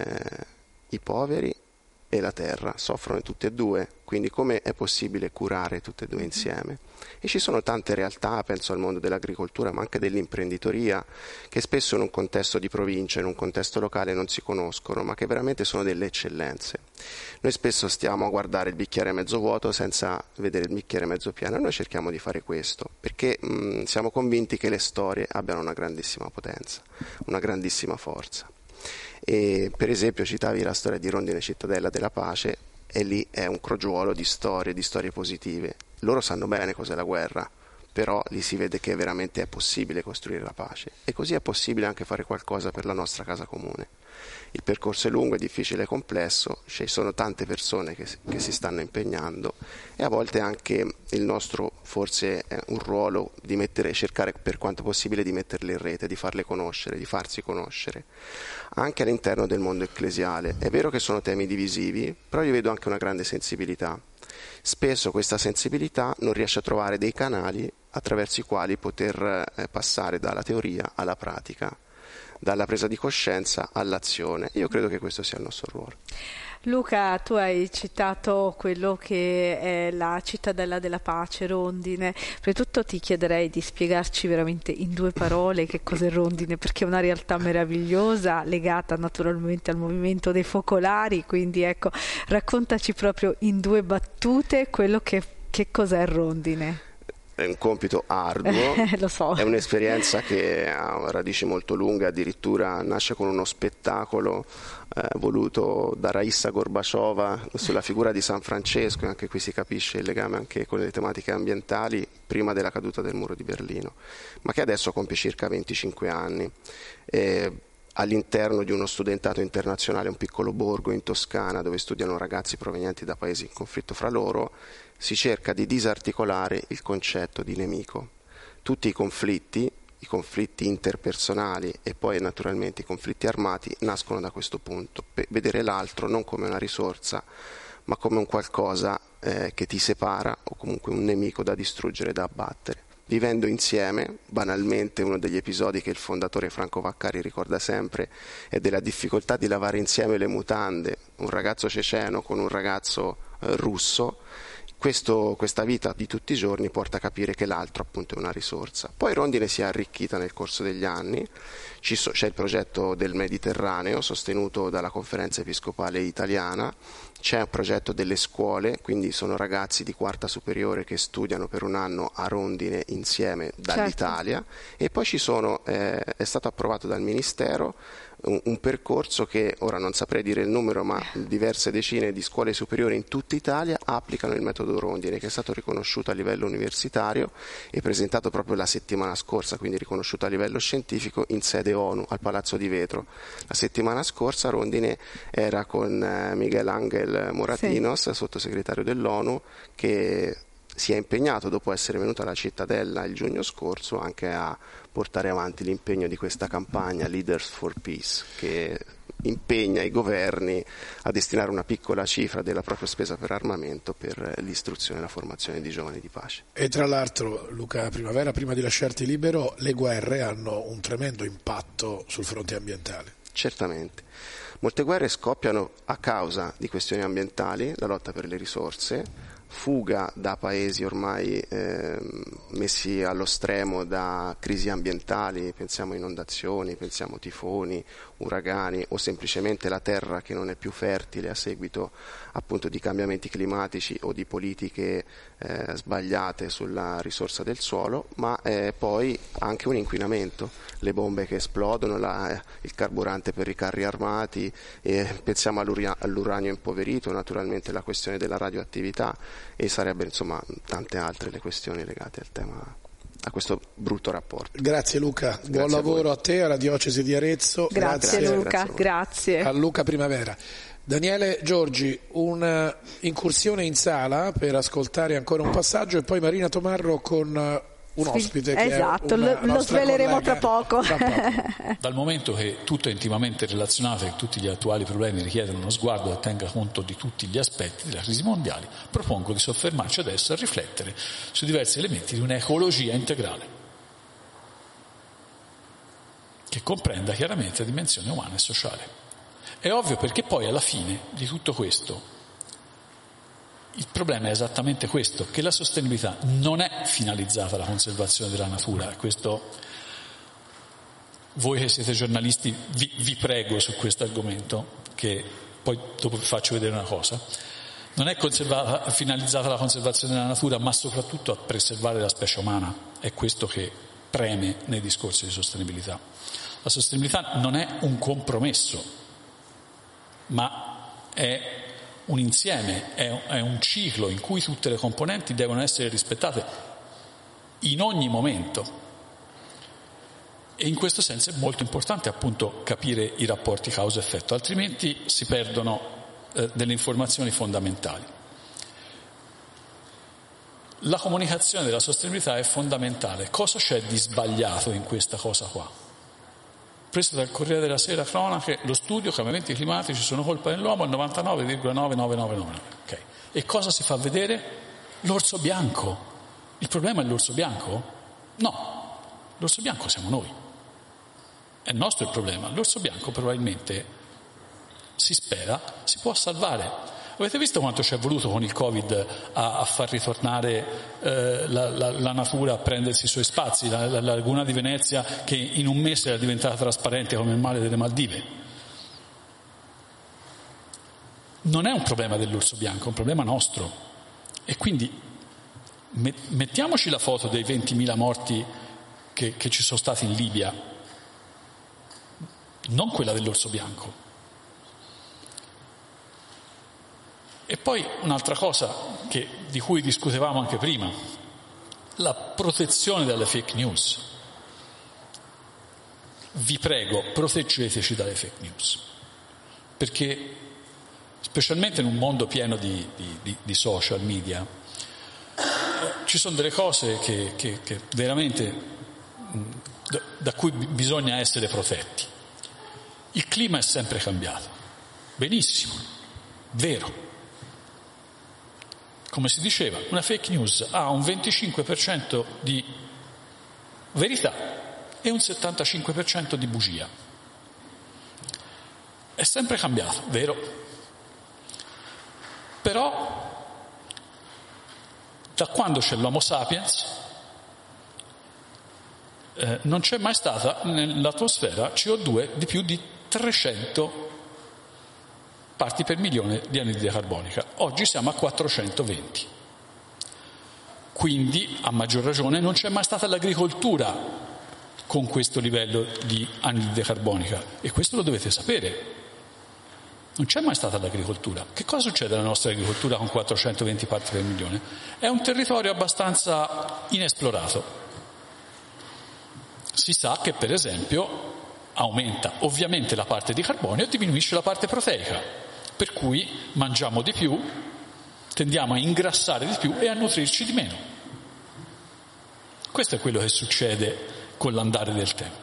i poveri e la terra soffrono tutte e due, quindi come è possibile curare tutte e due insieme? E ci sono tante realtà, penso al mondo dell'agricoltura ma anche dell'imprenditoria, che spesso in un contesto di provincia, in un contesto locale non si conoscono, ma che veramente sono delle eccellenze. Noi spesso stiamo a guardare il bicchiere mezzo vuoto senza vedere il bicchiere mezzo pieno, e noi cerchiamo di fare questo perché siamo convinti che le storie abbiano una grandissima potenza, una grandissima forza. E per esempio citavi la storia di Rondine, cittadella della pace, e lì è un crogiuolo di storie positive. Loro sanno bene cos'è la guerra, però lì si vede che veramente è possibile costruire la pace, e così è possibile anche fare qualcosa per la nostra casa comune. Il percorso è lungo, è difficile e complesso, ci sono tante persone che si stanno impegnando, e a volte anche il nostro forse è un ruolo di cercare per quanto possibile di metterle in rete, di farle conoscere, di farsi conoscere anche all'interno del mondo ecclesiale. È vero che sono temi divisivi, però io vedo anche una grande sensibilità. Spesso questa sensibilità non riesce a trovare dei canali attraverso i quali poter passare dalla teoria alla pratica, dalla presa di coscienza all'azione. Io credo che questo sia il nostro ruolo. Luca, tu hai citato quello che è la cittadella della pace, Rondine. Prima di tutto ti chiederei di spiegarci veramente in 2 parole che cos'è Rondine, perché è una realtà meravigliosa legata naturalmente al movimento dei focolari, quindi ecco, raccontaci proprio in 2 battute quello che cos'è Rondine. è un compito arduo, lo so. È un'esperienza che ha radici molto lunghe, addirittura nasce con uno spettacolo voluto da Raissa Gorbachova sulla figura di San Francesco, e anche qui si capisce il legame anche con le tematiche ambientali prima della caduta del muro di Berlino, ma che adesso compie circa 25 anni. All'interno di uno studentato internazionale, un piccolo borgo in Toscana dove studiano ragazzi provenienti da paesi in conflitto fra loro, si cerca di disarticolare il concetto di nemico. Tutti i conflitti interpersonali e poi naturalmente i conflitti armati nascono da questo punto, vedere l'altro non come una risorsa ma come un qualcosa che ti separa, o comunque un nemico da distruggere, da abbattere. Vivendo insieme, banalmente uno degli episodi che il fondatore Franco Vaccari ricorda sempre è della difficoltà di lavare insieme le mutande, un ragazzo ceceno con un ragazzo russo. Questa vita di tutti i giorni porta a capire che l'altro appunto è una risorsa. Poi Rondine si è arricchita nel corso degli anni, c'è il progetto del Mediterraneo sostenuto dalla Conferenza Episcopale Italiana, c'è un progetto delle scuole, quindi sono ragazzi di quarta superiore che studiano per un anno a Rondine insieme dall'Italia, certo. E poi è stato approvato dal Ministero un percorso che ora non saprei dire il numero, ma diverse decine di scuole superiori in tutta Italia applicano il metodo Rondine, che è stato riconosciuto a livello universitario e presentato proprio la settimana scorsa, quindi riconosciuto a livello scientifico in sede ONU al Palazzo di Vetro. La settimana scorsa Rondine era con Miguel Ángel Moratinos, sì, sottosegretario dell'ONU, che si è impegnato, dopo essere venuto alla Cittadella il giugno scorso, anche a portare avanti l'impegno di questa campagna Leaders for Peace, che impegna i governi a destinare una piccola cifra della propria spesa per armamento per l'istruzione e la formazione di giovani di pace. E tra l'altro, Luca Primavera, prima di lasciarti libero, le guerre hanno un tremendo impatto sul fronte ambientale. Certamente. Molte guerre scoppiano a causa di questioni ambientali, la lotta per le risorse, fuga da paesi ormai messi allo stremo da crisi ambientali, pensiamo a inondazioni, pensiamo a tifoni, uragani, o semplicemente la terra che non è più fertile a seguito appunto di cambiamenti climatici o di politiche sbagliate sulla risorsa del suolo, ma poi anche un inquinamento, le bombe che esplodono, il carburante per i carri armati, pensiamo all'uranio impoverito, naturalmente la questione della radioattività, e sarebbero insomma tante altre le questioni legate al tema, a questo brutto rapporto. Grazie Luca, buon lavoro a te, alla Diocesi di Arezzo. Grazie Luca, grazie. A Luca Primavera. Daniele Giorgi, un'incursione in sala per ascoltare ancora un passaggio e poi Marina Tomarro con un ospite che esatto, è lo sveleremo tra poco. Dal momento che tutto è intimamente relazionato e tutti gli attuali problemi richiedono uno sguardo che tenga conto di tutti gli aspetti della crisi mondiale, propongo di soffermarci adesso a riflettere su diversi elementi di un'ecologia integrale che comprenda chiaramente la dimensione umana e sociale. È ovvio, perché poi alla fine di tutto questo il problema è esattamente questo, che la sostenibilità non è finalizzata alla conservazione della natura. Questo, voi che siete giornalisti, vi prego su questo argomento, che poi dopo vi faccio vedere una cosa. Non è finalizzata alla conservazione della natura, ma soprattutto a preservare la specie umana. È questo che preme nei discorsi di sostenibilità. La sostenibilità non è un compromesso, ma è un insieme, è un ciclo in cui tutte le componenti devono essere rispettate in ogni momento, e in questo senso è molto importante appunto capire i rapporti causa-effetto, altrimenti si perdono delle informazioni fondamentali. La comunicazione della sostenibilità è fondamentale. Cosa c'è di sbagliato in questa cosa qua? Preso dal Corriere della Sera Cronache, lo studio cambiamenti climatici sono colpa dell'uomo al 99,9999. Okay. E cosa si fa vedere? L'orso bianco. Il problema è l'orso bianco? No, l'orso bianco siamo noi. È nostro il problema. L'orso bianco probabilmente, si spera, si può salvare. Avete visto quanto ci è voluto con il Covid a far ritornare la natura a prendersi i suoi spazi, la laguna di Venezia che in un mese era diventata trasparente come il mare delle Maldive? Non è un problema dell'orso bianco, è un problema nostro. E quindi Mettiamoci la foto dei 20.000 morti che ci sono stati in Libia, non quella dell'orso bianco. E poi un'altra cosa di cui discutevamo anche prima, la protezione dalle fake news. Vi prego, proteggeteci dalle fake news, perché specialmente in un mondo pieno di social media ci sono delle cose che veramente da cui bisogna essere protetti. Il clima è sempre cambiato, benissimo, vero. Come si diceva, una fake news ha un 25% di verità e un 75% di bugia. È sempre cambiato, vero? Però da quando c'è l'Homo sapiens non c'è mai stata nell'atmosfera CO2 di più di 300 parti per milione di anidride carbonica. Oggi siamo a 420. Quindi, a maggior ragione, non c'è mai stata l'agricoltura con questo livello di anidride carbonica. E questo lo dovete sapere. Non c'è mai stata l'agricoltura. Che cosa succede alla nostra agricoltura con 420 parti per milione? È un territorio abbastanza inesplorato. Si sa che, per esempio, aumenta ovviamente la parte di carbonio e diminuisce la parte proteica. Per cui mangiamo di più, tendiamo a ingrassare di più e a nutrirci di meno. Questo è quello che succede con l'andare del tempo.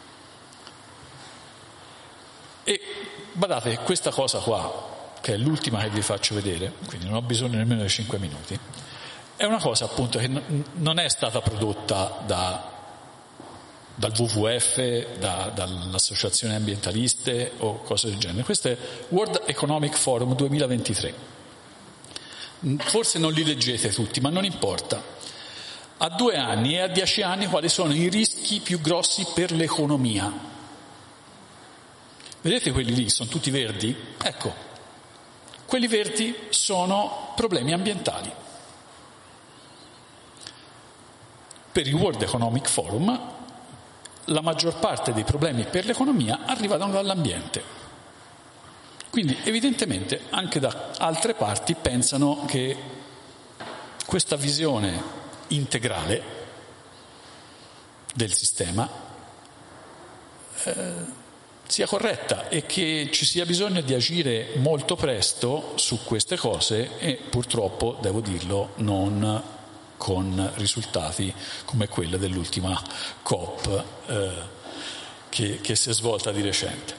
E badate, questa cosa qua, che è l'ultima che vi faccio vedere, quindi non ho bisogno nemmeno di 5 minuti, è una cosa appunto che non è stata prodotta dal WWF, dall'associazione ambientaliste o cose del genere. Questo è World Economic Forum 2023. Forse non li leggete tutti, ma non importa. A 2 anni e a 10 anni quali sono i rischi più grossi per l'economia? Vedete quelli lì, sono tutti verdi? Ecco, quelli verdi sono problemi ambientali. Per il World Economic Forum la maggior parte dei problemi per l'economia arrivano dall'ambiente. Quindi evidentemente anche da altre parti pensano che questa visione integrale del sistema sia corretta e che ci sia bisogno di agire molto presto su queste cose e purtroppo, devo dirlo, non con risultati come quello dell'ultima COP che si è svolta di recente.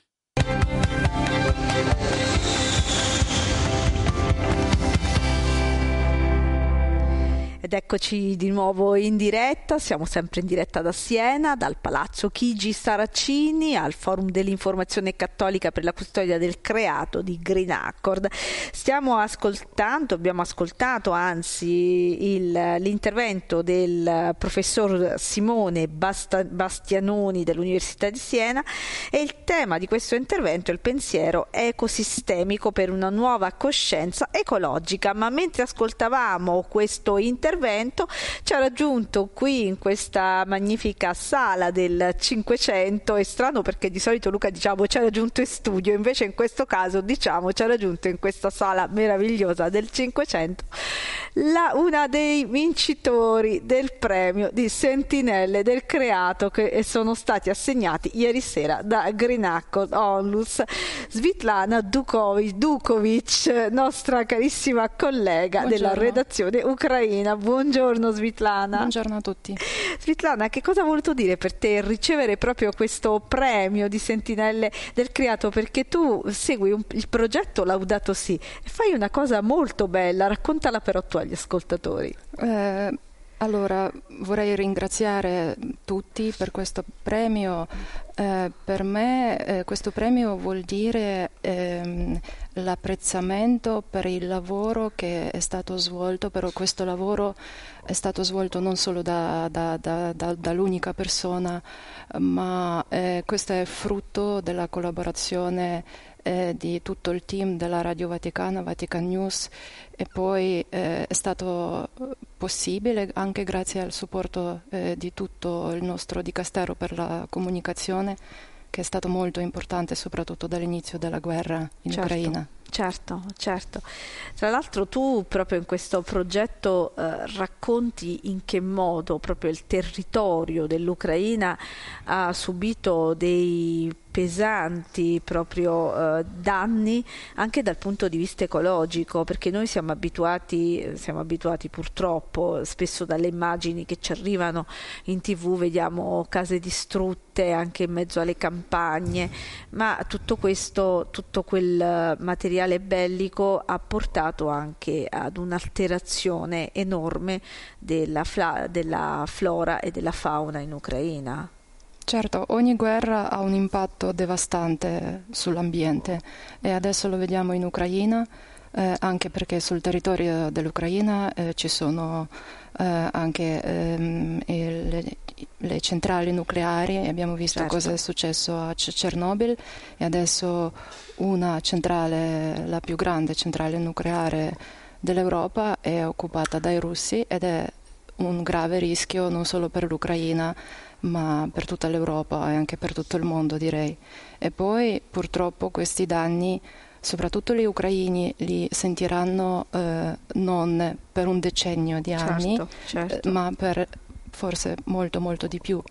Ed eccoci di nuovo in diretta, siamo sempre in diretta da Siena, dal Palazzo Chigi Saracini al Forum dell'Informazione Cattolica per la Custodia del Creato di Green Accord. Abbiamo ascoltato l'intervento del professor Simone Bastianoni dell'Università di Siena e il tema di questo intervento è il pensiero ecosistemico per una nuova coscienza ecologica. Ma mentre ascoltavamo questo intervento ci ha raggiunto qui in questa magnifica sala del 500. È strano perché di solito, Luca, diciamo ci ha raggiunto in studio, invece in questo caso diciamo ci ha raggiunto in questa sala meravigliosa del 500 una dei vincitori del premio di Sentinelle del Creato che sono stati assegnati ieri sera da Green Accord Onlus, Svitlana Dukovic, nostra carissima collega della redazione ucraina. Buongiorno Svitlana. Buongiorno a tutti. Svitlana, che cosa ha voluto dire per te ricevere proprio questo premio di Sentinelle del Creato? Perché tu segui il progetto Laudato Si e fai una cosa molto bella, raccontala però tu agli ascoltatori. Allora, vorrei ringraziare tutti per questo premio. Per me questo premio vuol dire l'apprezzamento per il lavoro che è stato svolto, però questo lavoro è stato svolto non solo dall'unica persona, ma questo è frutto della collaborazione di tutto il team della Radio Vaticana, Vatican News, e poi è stato possibile anche grazie al supporto di tutto il nostro dicastero per la comunicazione, che è stato molto importante soprattutto dall'inizio della guerra in Ucraina. Certo. Tra l'altro tu proprio in questo progetto racconti in che modo proprio il territorio dell'Ucraina ha subito dei pesanti proprio danni anche dal punto di vista ecologico, perché noi siamo abituati purtroppo spesso dalle immagini che ci arrivano in TV, vediamo case distrutte anche in mezzo alle campagne, ma tutto quel materiale bellico ha portato anche ad un'alterazione enorme della flora e della fauna in Ucraina. Certo, ogni guerra ha un impatto devastante sull'ambiente e adesso lo vediamo in Ucraina, anche perché sul territorio dell'Ucraina ci sono anche le centrali nucleari, abbiamo visto cosa è successo a Chernobyl, e adesso una centrale, la più grande centrale nucleare dell'Europa, è occupata dai russi ed è un grave rischio non solo per l'Ucraina ma per tutta l'Europa e anche per tutto il mondo, direi. E poi purtroppo questi danni, soprattutto gli ucraini, li sentiranno non per un decennio di anni, ma per forse molto molto di più.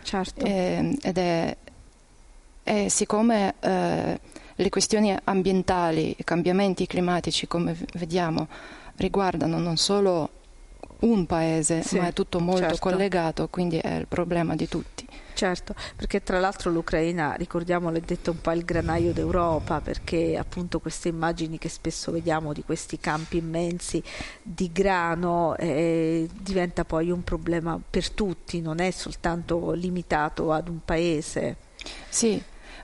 E siccome le questioni ambientali, i cambiamenti climatici, come vediamo, riguardano non solo un paese, ma è tutto molto collegato, quindi è il problema di tutti. Certo, perché tra l'altro l'Ucraina, ricordiamolo, è detto un po' il granaio d'Europa, perché appunto queste immagini che spesso vediamo di questi campi immensi di grano diventa poi un problema per tutti, non è soltanto limitato ad un paese. Sì,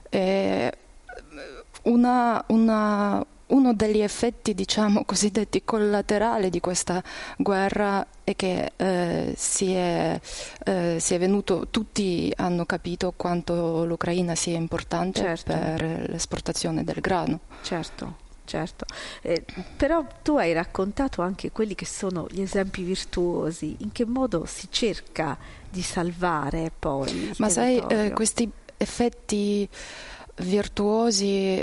uno degli effetti, diciamo, cosiddetti collaterali di questa guerra è che si è venuto, tutti hanno capito quanto l'Ucraina sia importante per l'esportazione del grano. Certo. Però tu hai raccontato anche quelli che sono gli esempi virtuosi, in che modo si cerca di salvare poi il territorio. Sai, questi effetti virtuosi,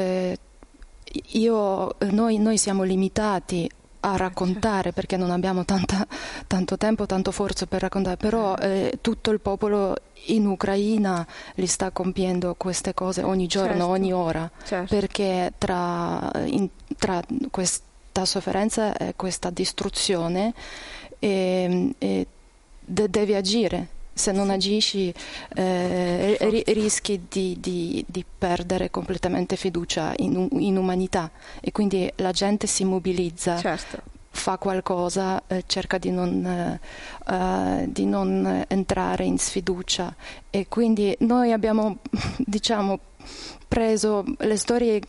noi siamo limitati a raccontare perché non abbiamo tanto tempo, tanto forza per raccontare, però tutto il popolo in Ucraina li sta compiendo queste cose ogni giorno, ogni ora, perché tra questa sofferenza e questa distruzione devi agire. Se non agisci rischi di perdere completamente fiducia in umanità, e quindi la gente si mobilizza, fa qualcosa, cerca di non entrare in sfiducia, e quindi noi abbiamo, diciamo, preso le storie,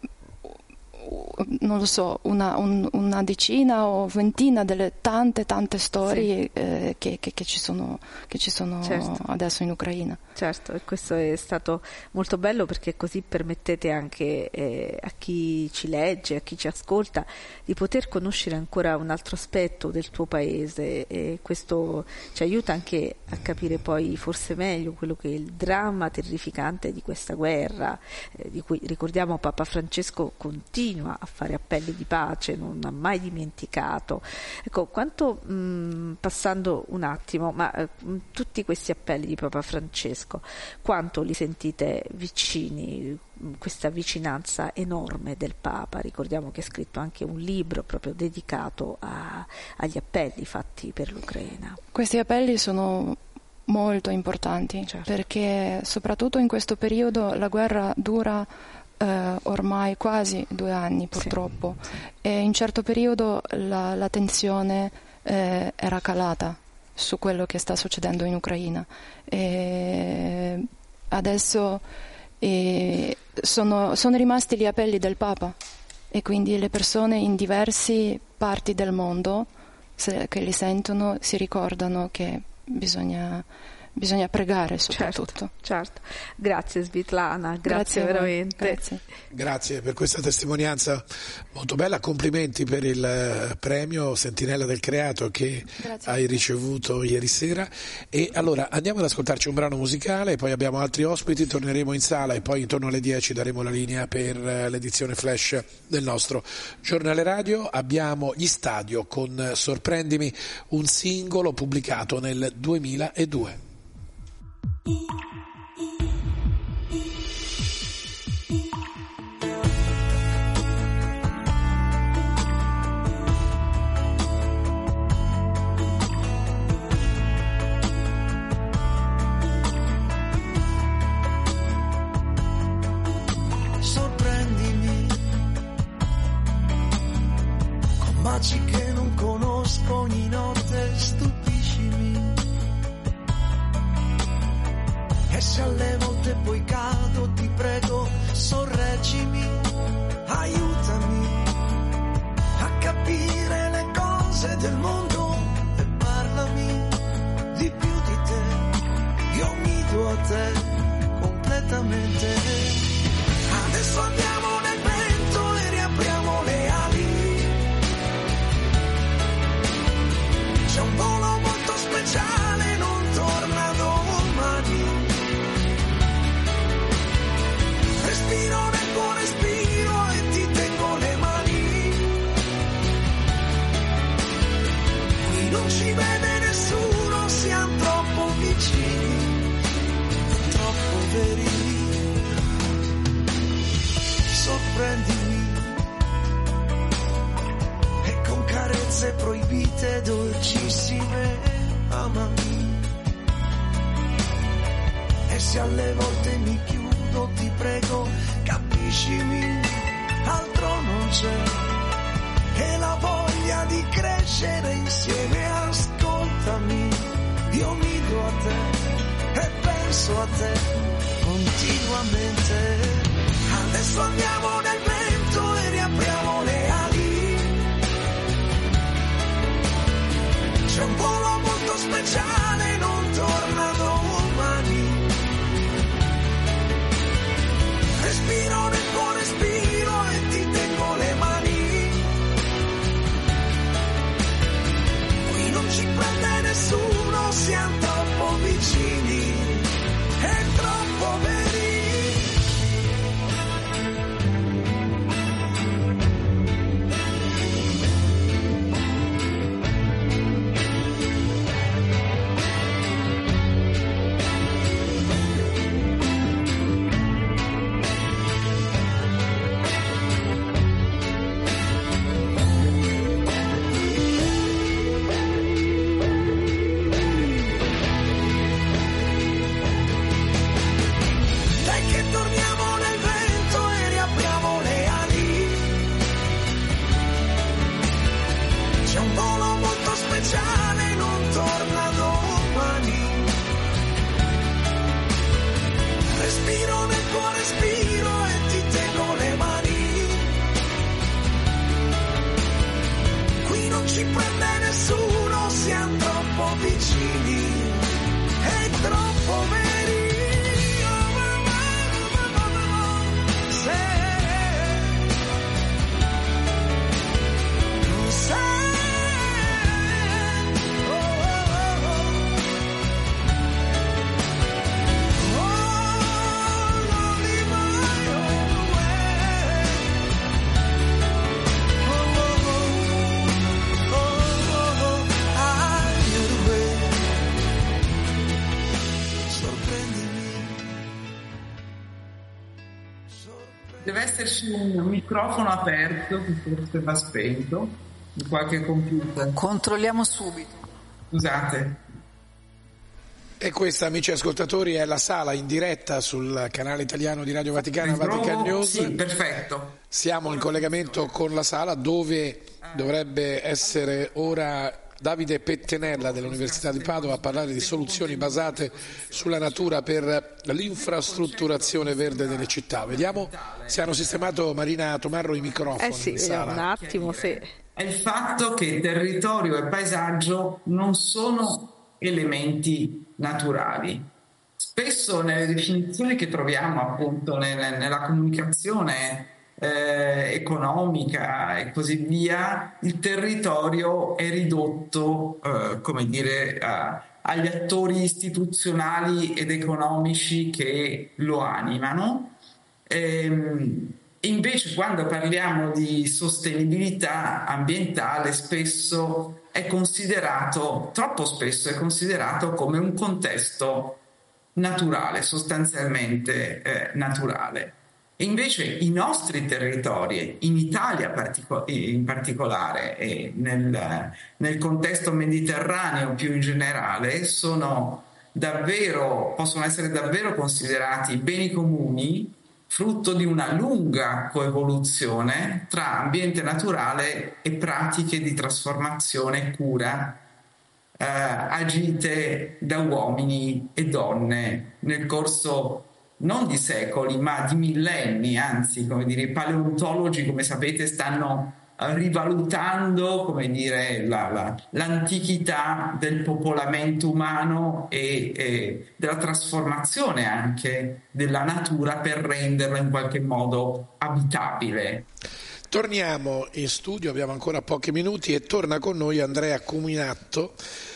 non lo so, una decina o ventina delle tante storie che ci sono adesso in Ucraina. Certo, e questo è stato molto bello, perché così permettete anche a chi ci legge, a chi ci ascolta, di poter conoscere ancora un altro aspetto del tuo paese, e questo ci aiuta anche a capire poi forse meglio quello che è il dramma terrificante di questa guerra, di cui, ricordiamo, Papa Francesco continua a fare appelli di pace, non ha mai dimenticato. Ecco, passando un attimo, ma tutti questi appelli di Papa Francesco, quanto li sentite vicini, questa vicinanza enorme del Papa? Ricordiamo che ha scritto anche un libro proprio dedicato agli appelli fatti per l'Ucraina. Questi appelli sono molto importanti, perché soprattutto in questo periodo la guerra dura ormai quasi 2 anni, purtroppo, e in un certo periodo la tensione era calata su quello che sta succedendo in Ucraina, e adesso sono rimasti gli appelli del Papa, e quindi le persone in diverse parti del mondo che li sentono si ricordano che bisogna bisogna pregare soprattutto. Certo. Grazie Svitlana, grazie veramente. Grazie per questa testimonianza molto bella, complimenti per il premio Sentinella del Creato che hai ricevuto ieri sera. E allora andiamo ad ascoltarci un brano musicale, poi abbiamo altri ospiti, torneremo in sala e poi intorno alle 10 daremo la linea per l'edizione flash del nostro giornale radio. Abbiamo Gli Stadio con Sorprendimi, un singolo pubblicato nel 2002. Sorprendimi con baci che non conosco ogni notte, stupiscimi. E se alle volte poi cado, ti prego, sorreggimi, aiutami a capire le cose del mondo e parlami di più di te. Io mi do a te completamente. Adesso andiamo nel vento e riapriamo le ali. C'è un volo molto speciale, non torna domani. Respiro nel tuo respiro e ti tengo le mani. Qui non ci vede nessuno, siamo troppo vicini, troppo veri. Sorprendimi e con carezze proibite dolcissime amami. E se alle volte mi chiudo, ti prego, capiscimi, altro non c'è che la voglia di crescere insieme. Ascoltami, io mi do a te e penso a te continuamente. Adesso andiamo nel vento e riapriamo le ali. C'è un volo molto speciale, non torna domani. Respiro nel tuo respiro e ti tengo le mani. Qui non ci prende nessuno, siamo troppo vicini e troppo veri. Deve esserci un microfono aperto che forse va spento in qualche computer. Controlliamo subito. Scusate. E questa, amici ascoltatori, è la sala in diretta sul canale italiano di Radio Vaticana, Vatican News. Sì, perfetto. Siamo in collegamento con la sala dove dovrebbe essere ora Davide Pettenella dell'Università di Padova a parlare di soluzioni basate sulla natura per l'infrastrutturazione verde delle città. Vediamo se hanno sistemato, Marina Tomarro, i microfoni. Sì, in sala. Un attimo, sì. È il fatto che territorio e paesaggio non sono elementi naturali. Spesso nelle definizioni che troviamo appunto nella comunicazione economica e così via, il territorio è ridotto, come dire, agli attori istituzionali ed economici che lo animano. Invece quando parliamo di sostenibilità ambientale spesso è considerato, troppo spesso è considerato come un contesto naturale, sostanzialmente naturale. E invece i nostri territori, in Italia in particolare e nel contesto mediterraneo più in generale, possono essere davvero considerati beni comuni, frutto di una lunga coevoluzione tra ambiente naturale e pratiche di trasformazione e cura agite da uomini e donne nel corso non di secoli ma di millenni. Anzi, come dire, i paleontologi, come sapete, stanno rivalutando, come dire, l'antichità del popolamento umano e della trasformazione anche della natura per renderla in qualche modo abitabile. Torniamo in studio, abbiamo ancora pochi minuti e torna con noi Andrea Cuminatto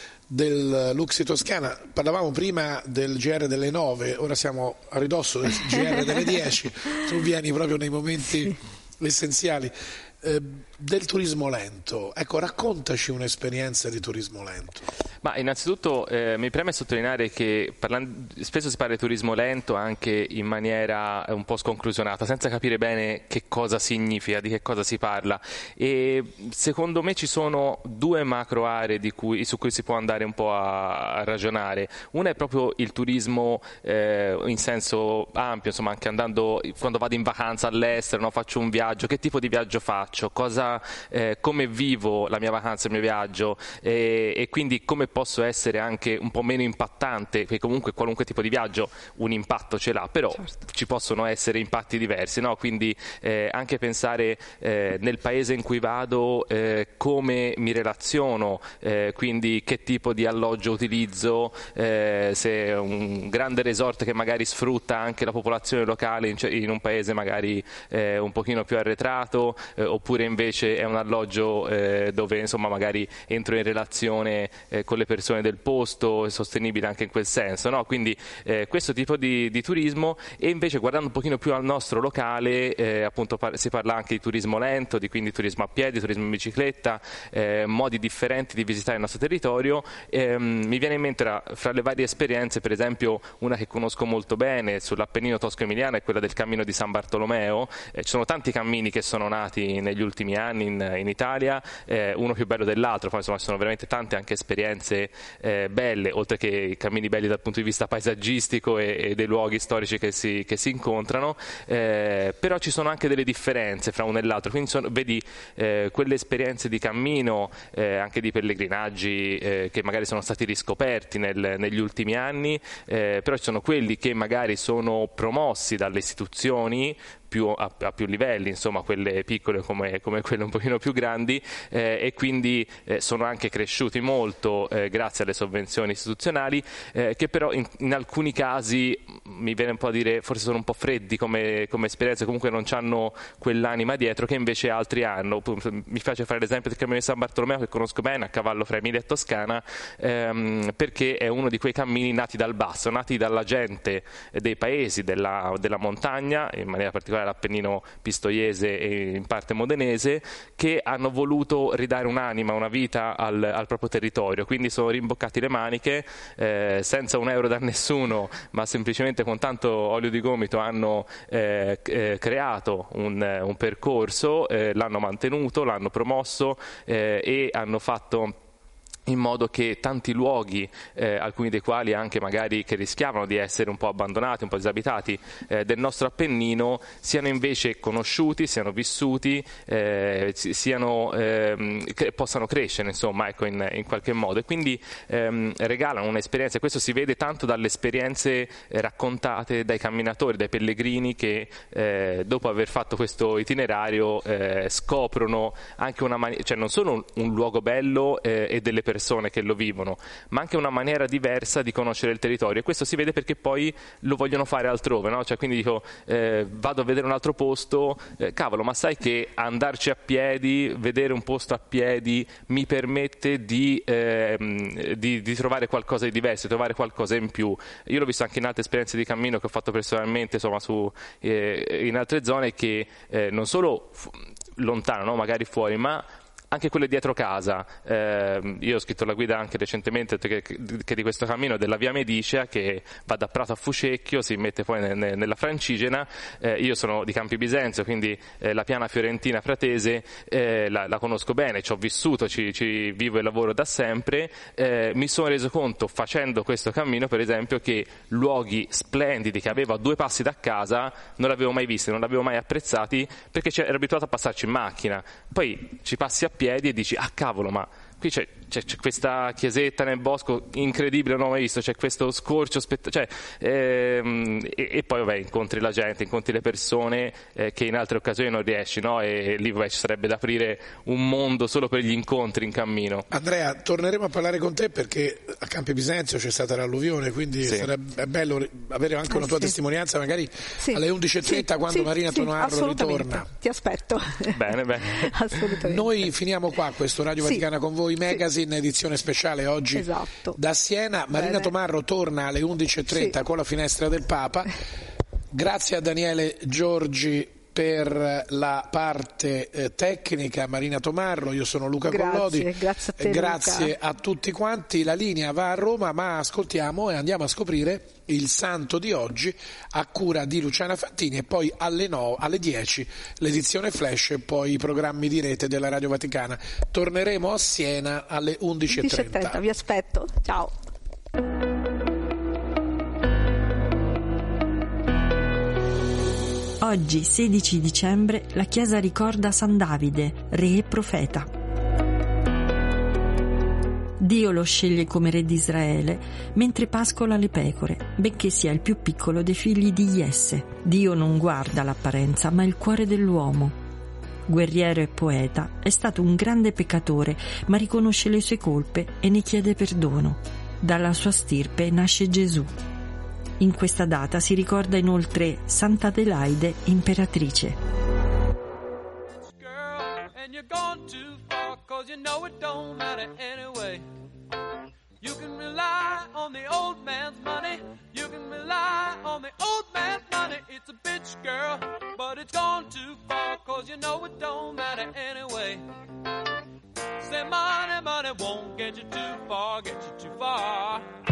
del Luxi Toscana. Parlavamo prima del GR delle 9, ora siamo a ridosso del GR delle 10, tu vieni proprio nei momenti essenziali. Del turismo lento, ecco, raccontaci un'esperienza di turismo lento. Ma innanzitutto mi preme sottolineare che spesso si parla di turismo lento anche in maniera un po' sconclusionata, senza capire bene che cosa significa, di che cosa si parla, e secondo me ci sono due macro aree su cui si può andare un po' a ragionare. Una è proprio il turismo in senso ampio, insomma, anche andando, quando vado in vacanza all'estero, no, faccio un viaggio, che tipo di viaggio faccio? Come vivo la mia vacanza, il mio viaggio, e quindi come posso essere anche un po' meno impattante, perché comunque qualunque tipo di viaggio un impatto ce l'ha, però certo, ci possono essere impatti diversi, no? Quindi anche pensare nel paese in cui vado come mi relaziono, quindi che tipo di alloggio utilizzo, se è un grande resort che magari sfrutta anche la popolazione locale in un paese magari un pochino più arretrato, oppure invece è un alloggio dove insomma magari entro in relazione con le persone del posto, è sostenibile anche in quel senso, no? Quindi questo tipo di turismo. E invece guardando un pochino più al nostro locale, appunto si parla anche di turismo lento, quindi turismo a piedi, turismo in bicicletta, modi differenti di visitare il nostro territorio. Mi viene in mente fra le varie esperienze, per esempio una che conosco molto bene sull'Appennino tosco-emiliano è quella del cammino di San Bartolomeo. Ci sono tanti cammini che sono nati negli ultimi anni in Italia, uno più bello dell'altro, poi insomma ci sono veramente tante anche esperienze belle, oltre che cammini belli dal punto di vista paesaggistico e dei luoghi storici che si incontrano, però ci sono anche delle differenze fra uno e l'altro, quindi vedi quelle esperienze di cammino, anche di pellegrinaggi che magari sono stati riscoperti negli ultimi anni, però ci sono quelli che magari sono promossi dalle istituzioni a più livelli, insomma quelle piccole come quelle un pochino più grandi, e quindi sono anche cresciuti molto grazie alle sovvenzioni istituzionali, che però in alcuni casi mi viene un po' a dire forse sono un po' freddi come esperienze, comunque non hanno quell'anima dietro che invece altri hanno. Mi piace fare l'esempio del cammino di San Bartolomeo, che conosco bene, a cavallo fra Emilia e Toscana, perché è uno di quei cammini nati dal basso, nati dalla gente dei paesi della montagna, in maniera particolare l'Appennino pistoiese e in parte modenese, che hanno voluto ridare un'anima, una vita al proprio territorio, quindi sono rimboccati le maniche, senza un euro da nessuno, ma semplicemente con tanto olio di gomito hanno creato un percorso, l'hanno mantenuto, l'hanno promosso e hanno fatto in modo che tanti luoghi, alcuni dei quali anche magari che rischiavano di essere un po' abbandonati, un po' disabitati, del nostro Appennino, siano invece conosciuti, siano vissuti, possano crescere, insomma, ecco, in qualche modo, e quindi regalano un'esperienza. Questo si vede tanto dalle esperienze raccontate dai camminatori, dai pellegrini che dopo aver fatto questo itinerario scoprono anche cioè non solo un luogo bello e delle persone persone che lo vivono, ma anche una maniera diversa di conoscere il territorio, e questo si vede perché poi lo vogliono fare altrove, no? Cioè, quindi dico, vado a vedere un altro posto, cavolo, ma sai che andarci a piedi, vedere un posto a piedi mi permette di trovare qualcosa di diverso, di trovare qualcosa in più. Io l'ho visto anche in altre esperienze di cammino che ho fatto personalmente, insomma, in altre zone, che non solo lontano, no? Magari fuori, ma anche quelle dietro casa. Io ho scritto la guida anche recentemente che di questo cammino della Via Medicea, che va da Prato a Fucecchio, si mette poi nella Francigena. Io sono di Campi Bisenzio, quindi la piana fiorentina pratese la conosco bene, ci ho vissuto, ci vivo e lavoro da sempre. Mi sono reso conto, facendo questo cammino per esempio, che luoghi splendidi che avevo a 2 passi da casa non l'avevo mai visti, non l'avevo mai apprezzati, perché ero abituato a passarci in macchina. Poi ci passi a piedi e dici, ah cavolo, ma qui c'è questa chiesetta nel bosco incredibile, non l'ho mai visto, c'è questo scorcio e poi vabbè, incontri la gente, incontri le persone che in altre occasioni non riesci, no? E lì ci sarebbe da aprire un mondo solo per gli incontri in cammino. Andrea, torneremo a parlare con te perché a Campi Bisenzio c'è stata l'alluvione, quindi sarebbe bello avere anche una tua testimonianza, magari alle 11.30 quando Marina Tomarro ritorna. Ti aspetto. Bene. Assolutamente. Noi finiamo qua questo Radio Vaticana con voi Magazine, edizione speciale oggi da Siena. Marina Tomarro torna alle 11.30 con la finestra del Papa. Grazie a Daniele Giorgi per la parte tecnica, Marina Tomarro, io sono Luca Collodi. Grazie a te, grazie Luca. a tutti quanti. La linea va a Roma, ma ascoltiamo e andiamo a scoprire il santo di oggi a cura di Luciana Fantini, e poi alle 10 l'edizione flash e poi i programmi di rete della Radio Vaticana. Torneremo a Siena alle 11.30. Vi aspetto, ciao. Oggi, 16 dicembre, la Chiesa ricorda San Davide, re e profeta. Dio lo sceglie come re di Israele, mentre pascola le pecore, benché sia il più piccolo dei figli di Jesse. Dio non guarda l'apparenza, ma il cuore dell'uomo. Guerriero e poeta, è stato un grande peccatore, ma riconosce le sue colpe e ne chiede perdono. Dalla sua stirpe nasce Gesù. In questa data si ricorda inoltre Santa Adelaide, imperatrice. You can rely on the old man's money. You can rely on the old man's money. It's a bitch, girl, but it's gone too far, 'cause you know it don't matter anyway. Say money won't get you too far, get you too far.